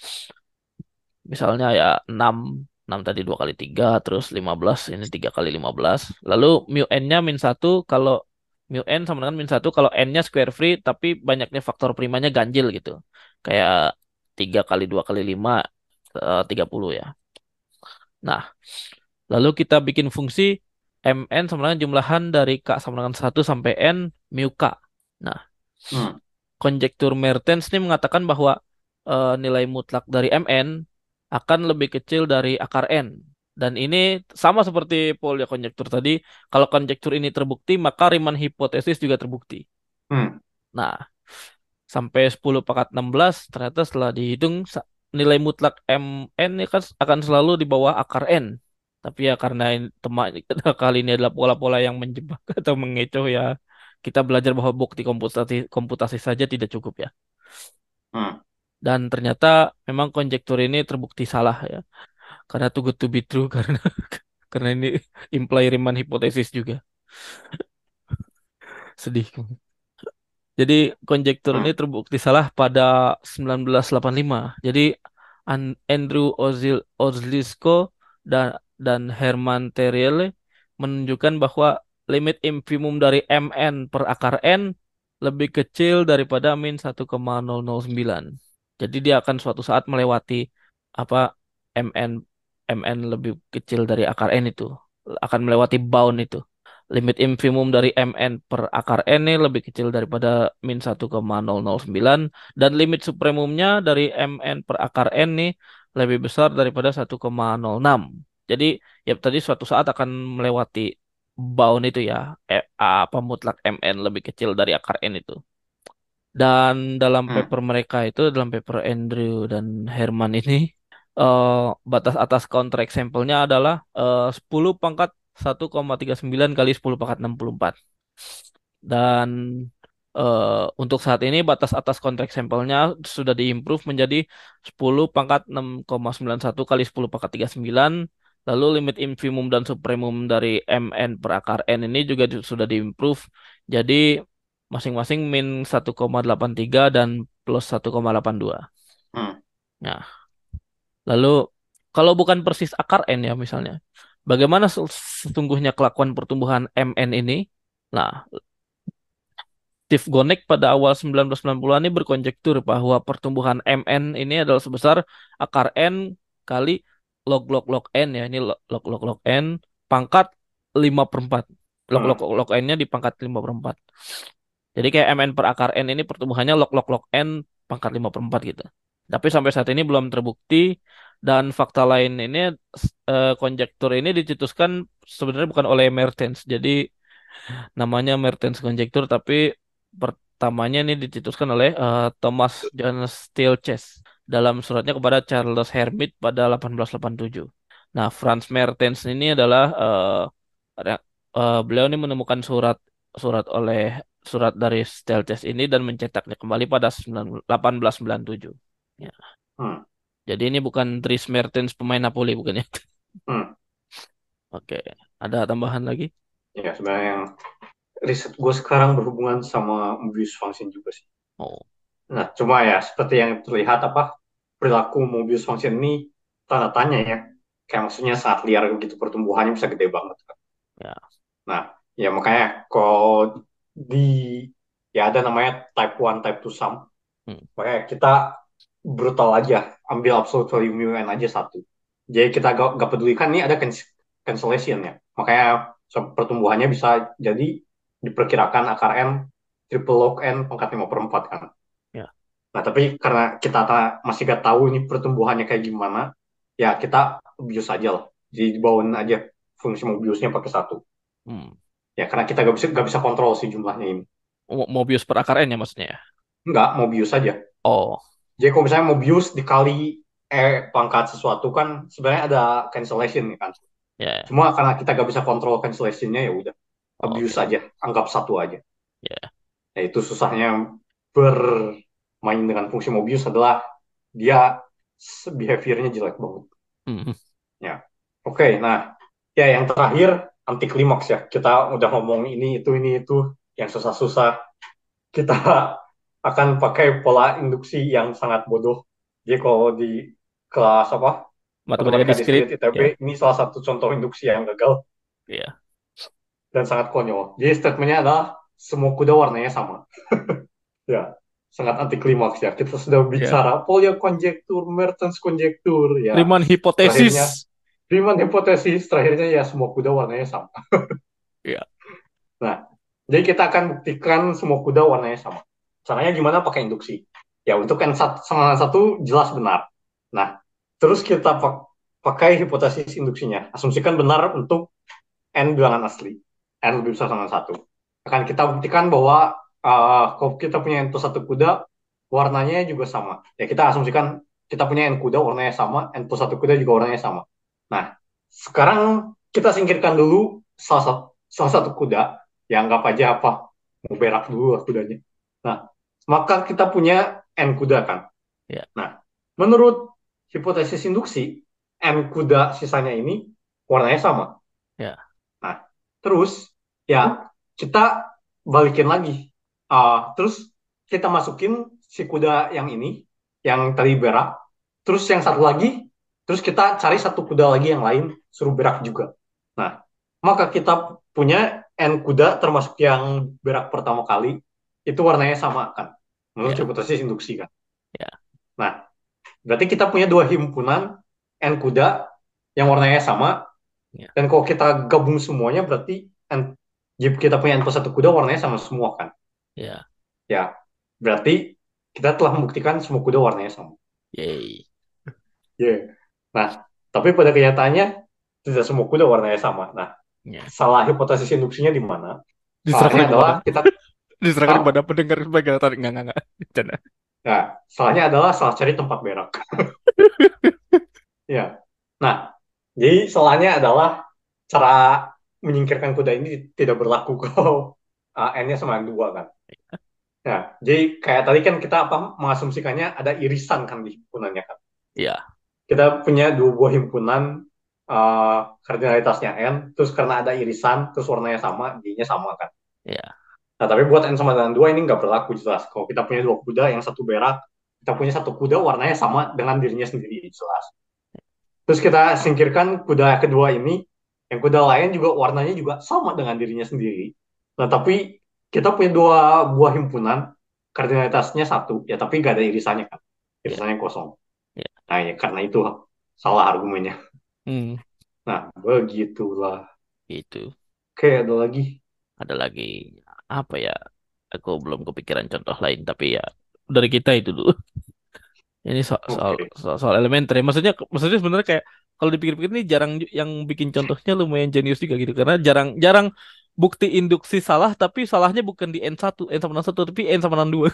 Misalnya ya 6 6 tadi 2 kali 3 terus 15 ini 3 kali 15. Lalu mu n-nya min satu kalau mu n sama dengan min satu kalau n-nya square free tapi banyaknya faktor primanya ganjil gitu. Kayak 3 kali 2 kali 5 30 ya. Nah, lalu kita bikin fungsi mn sama dengan jumlahan dari k sama dengan satu sampai n mu k. Nah, hmm, konjektur Mertens ini mengatakan bahwa nilai mutlak dari Mn akan lebih kecil dari akar N. Dan ini sama seperti Pauli konjektur tadi, kalau konjektur ini terbukti, maka Riemann hipotesis juga terbukti. hmm, Nah, sampai 10 pangkat 16, ternyata setelah dihitung, nilai mutlak Mn ini kan akan selalu di bawah akar N. Tapi ya karena kali ini adalah pola-pola yang menjebak atau mengecoh ya, kita belajar bahwa bukti komputasi, komputasi saja tidak cukup ya. hmm, Dan ternyata memang konjektur ini terbukti salah ya. Karena too good to be true karena karena ini imply Riemann hipotesis juga. Sedih. Jadi konjektur ini hmm, terbukti salah pada 1985. Jadi Andrew Ozlisko dan Herman Terriele menunjukkan bahwa limit infimum dari Mn per akar n lebih kecil daripada min 1,009. Jadi dia akan suatu saat melewati apa Mn Mn lebih kecil dari akar n itu akan melewati bound itu. Limit infimum dari Mn per akar n ini lebih kecil daripada min 1,009 dan limit supremumnya dari Mn per akar n ini lebih besar daripada 1,06. Jadi ya tadi suatu saat akan melewati bound itu ya, apa mutlak Mn lebih kecil dari akar n itu. Dan dalam hmm, paper mereka itu, dalam paper Andrew dan Herman ini, eh, batas atas kontrak sampelnya adalah 10 pangkat 1,39 kali 10 pangkat 64. Dan untuk saat ini batas atas kontrak sampelnya sudah diimprove menjadi 10 pangkat 6,91 kali 10 pangkat 39. Lalu limit infimum dan supremum dari Mn per akar N ini juga sudah diimprove. Jadi masing-masing min 1,83 dan plus 1,82. hmm. Nah, lalu kalau bukan persis akar N ya misalnya, bagaimana sesungguhnya kelakuan pertumbuhan Mn ini? Nah, Steve Gonek pada awal 1990-an ini berkonjektur bahwa pertumbuhan Mn ini adalah sebesar akar N kali log N ya. Ini log N pangkat 5 per 4. Hmm. Log N-nya di pangkat 5 per 4. Jadi kayak Mn per akar N ini pertumbuhannya log N pangkat 5 per 4 gitu. Tapi sampai saat ini belum terbukti dan fakta lain ini konjektur ini dicetuskan sebenarnya bukan oleh Mertens. Jadi namanya Mertens conjecture tapi pertamanya ini dicetuskan oleh Thomas John Stieltjes dalam suratnya kepada Charles Hermit pada 1887. Nah, Franz Mertens ini adalah Beliau ini menemukan surat dari Steltes ini dan mencetaknya kembali pada 1897. Ya. Hmm, Jadi ini bukan Dries Mertens pemain Napoli bukan ya? hmm. Oke, ada tambahan lagi? Ya sebenarnya yang riset gue sekarang berhubungan sama Mobius function juga sih. Oh, Nah, cuma ya seperti yang terlihat apa perilaku Mobius function ini tanda tanya ya. Kayak maksudnya saat liar gitu pertumbuhannya bisa gede banget. ya. Nah, ya makanya kalau di ya ada namanya type 1, type 2 sum. Hmm, Makanya kita brutal aja, ambil absolute value mu n aja satu. Jadi kita gak pedulikan ini ada cancellation ya. Makanya pertumbuhannya bisa jadi diperkirakan akar n triple log n pangkat 5/4 kan. ya. Nah, tapi karena kita masih gak tahu ini pertumbuhannya kayak gimana, ya kita bius aja lah. Jadi dibawain aja fungsi Mobiusnya pakai satu. Hmm. Ya, karena kita gak bisa kontrol sih jumlahnya ini. Mobius per akar N ya maksudnya ya? Enggak, Mobius aja. Oh, Jadi kalau misalnya Mobius dikali pangkat sesuatu kan sebenarnya ada cancellation nih kan. ya, ya. Cuma karena kita gak bisa kontrol cancellationnya ya udah abuse Oke, aja, anggap satu aja. ya. Nah itu susahnya bermain dengan fungsi Mobius adalah dia behaviornya jelek banget. Hmm, Ya, oke. Nah, ya yang terakhir anti klimaks ya. Kita udah ngomong ini itu yang susah-susah. Kita akan pakai pola induksi yang sangat bodoh. Jadi kalau di kelas apa Matematika matematika diskrit, diskrit ITB ya, ini salah satu contoh induksi yang gagal ya, dan sangat konyol. Jadi statementnya adalah semua kuda warnanya sama. Ya, sangat anti klimaks ya. Kita sudah ya. bicara Polya konjektur, Mertens konjektur, ya. Riemann Terakhirnya hipotesis. Riemann hipotesis, terakhirnya ya semua kuda warnanya sama. Ya, Nah, jadi kita akan buktikan semua kuda warnanya sama. Caranya gimana? Pakai induksi. Ya, untuk n sama satu jelas benar. Nah, terus kita pakai hipotesis induksinya. Asumsikan benar untuk n bilangan asli. N lebih besar sama satu. Akan kita buktikan bahwa kalau kita punya n plus satu kuda, warnanya juga sama. Ya, kita asumsikan kita punya n kuda warnanya sama, n plus satu kuda juga warnanya sama. Nah, sekarang kita singkirkan dulu salah satu kuda, ya anggap aja apa, mau berak dulu lah kudanya. Nah, maka kita punya n kuda kan. ya, Nah, menurut hipotesis induksi, n kuda sisanya ini warnanya sama. ya, Nah, terus ya kita balikin lagi. Terus kita masukin si kuda yang ini, yang tadi berak. Terus yang satu lagi, terus kita cari satu kuda lagi yang lain, suruh berak juga. Nah, maka kita punya N kuda termasuk yang berak pertama kali, itu warnanya sama kan. Menurut ya, hipotesis induksi kan. ya, Nah, berarti kita punya dua himpunan N kuda yang warnanya sama, ya, dan kalau kita gabung semuanya berarti kita punya N plus satu kuda warnanya sama semua kan. ya. Ya, berarti kita telah membuktikan semua kuda warnanya sama. Yay. Ya. Yeah. Nah, tapi pada kenyataannya tidak semua kuda warnanya sama. Nah, Ya. salah hipotesis induksinya di mana? Salahnya Diserahkan adalah kepada kita, diserahkan ah, kepada pendengar sebagai tarik enggak. Canda. nah, salahnya adalah salah cari tempat berak. Ya. Nah, jadi salahnya adalah cara menyingkirkan kuda ini tidak berlaku kalau N-nya sama yang dua kan. Nah, jadi kayak tadi kan kita apa mengasumsikannya ada irisan kan di himpunannya kan. Ya, Kita punya dua buah himpunan kardinalitasnya n, terus karena ada irisan, terus warnanya sama, jadinya sama kan. ya, Nah, tapi buat n sama dengan 2 ini nggak berlaku jelas. Kalau kita punya dua kuda, yang satu berak, kita punya satu kuda warnanya sama dengan dirinya sendiri jelas. Terus kita singkirkan kuda kedua ini, yang kuda lain juga warnanya juga sama dengan dirinya sendiri. Nah, tapi kita punya dua buah himpunan, kardinalitasnya satu, ya tapi nggak ada irisannya kan. ya, Irisannya kosong. ya. Nah, ya karena itu salah argumennya. Hmm, Nah, begitulah. itu. Oke, ada lagi. Ada lagi apa ya? Aku belum kepikiran contoh lain, tapi ya dari kita itu dulu. Ini Oke. soal elementer ya. Maksudnya sebenarnya kayak kalau dipikir-pikir ini jarang yang bikin contohnya lumayan jenius juga gitu karena jarang jarang bukti induksi salah tapi salahnya bukan di N1, N sama N1 tapi N sama N2.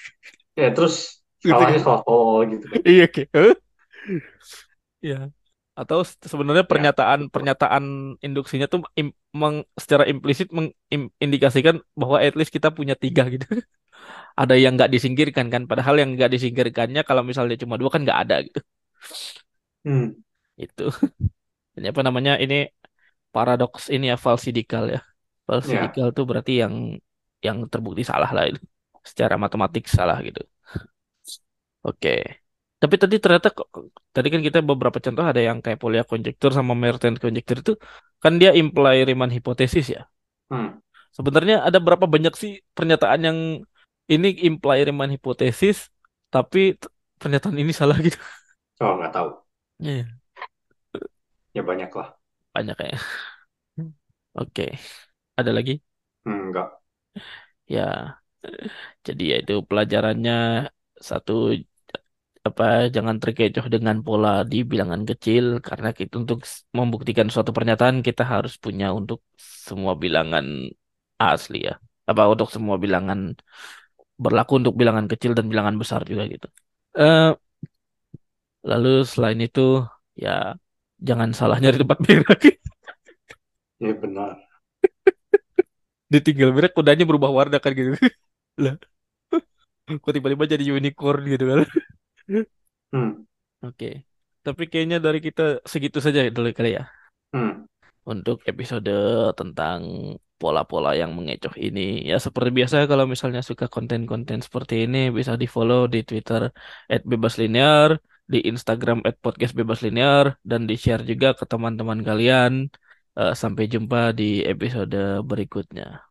Ya, terus Gitu salahnya gitu. salah tol gitu kan. Iya kayak. Ya. Atau sebenarnya Ya. pernyataan induksinya tuh secara implisit mengindikasikan bahwa at least kita punya tiga gitu. Ada yang nggak disingkirkan kan, padahal yang nggak disingkirkannya kalau misalnya cuma dua kan nggak ada gitu. Hmm. Itu ini apa namanya ini paradoks ini ya falsidikal ya. Ya. Falsidikal tuh berarti yang terbukti salah lah itu. Secara matematik salah gitu. Oke. Tapi tadi ternyata tadi kan kita beberapa contoh ada yang kayak Polya conjecture sama Mertens conjecture itu kan dia imply Riemann hipotesis ya. Hmm. Sebenarnya ada berapa banyak sih pernyataan yang ini imply Riemann hipotesis tapi pernyataan ini salah gitu. Oh, nggak tahu. Iya, Ya banyak lah. banyak kayak. Oke. Ada lagi? Nggak. Ya, jadi ya itu pelajarannya satu apa jangan terkecoh dengan pola di bilangan kecil karena kita untuk membuktikan suatu pernyataan kita harus punya untuk semua bilangan asli ya. Apa untuk semua bilangan berlaku untuk bilangan kecil dan bilangan besar juga gitu. Eh lalu selain itu ya jangan salah nyari tempat berak. Ya benar. Ditinggal berak kudanya berubah warna kan gitu. Lah, kok tiba-tiba jadi unicorn gitu kan. Hmm. Oke. Tapi kayaknya dari kita segitu saja dulu kali ya. Hmm. Untuk episode tentang pola-pola yang mengecoh ini. Ya seperti biasa kalau misalnya suka konten-konten seperti ini bisa di-follow di Twitter @bebaslinear, di Instagram @podcastbebaslinear, dan di-share juga ke teman-teman kalian. Sampai jumpa di episode berikutnya.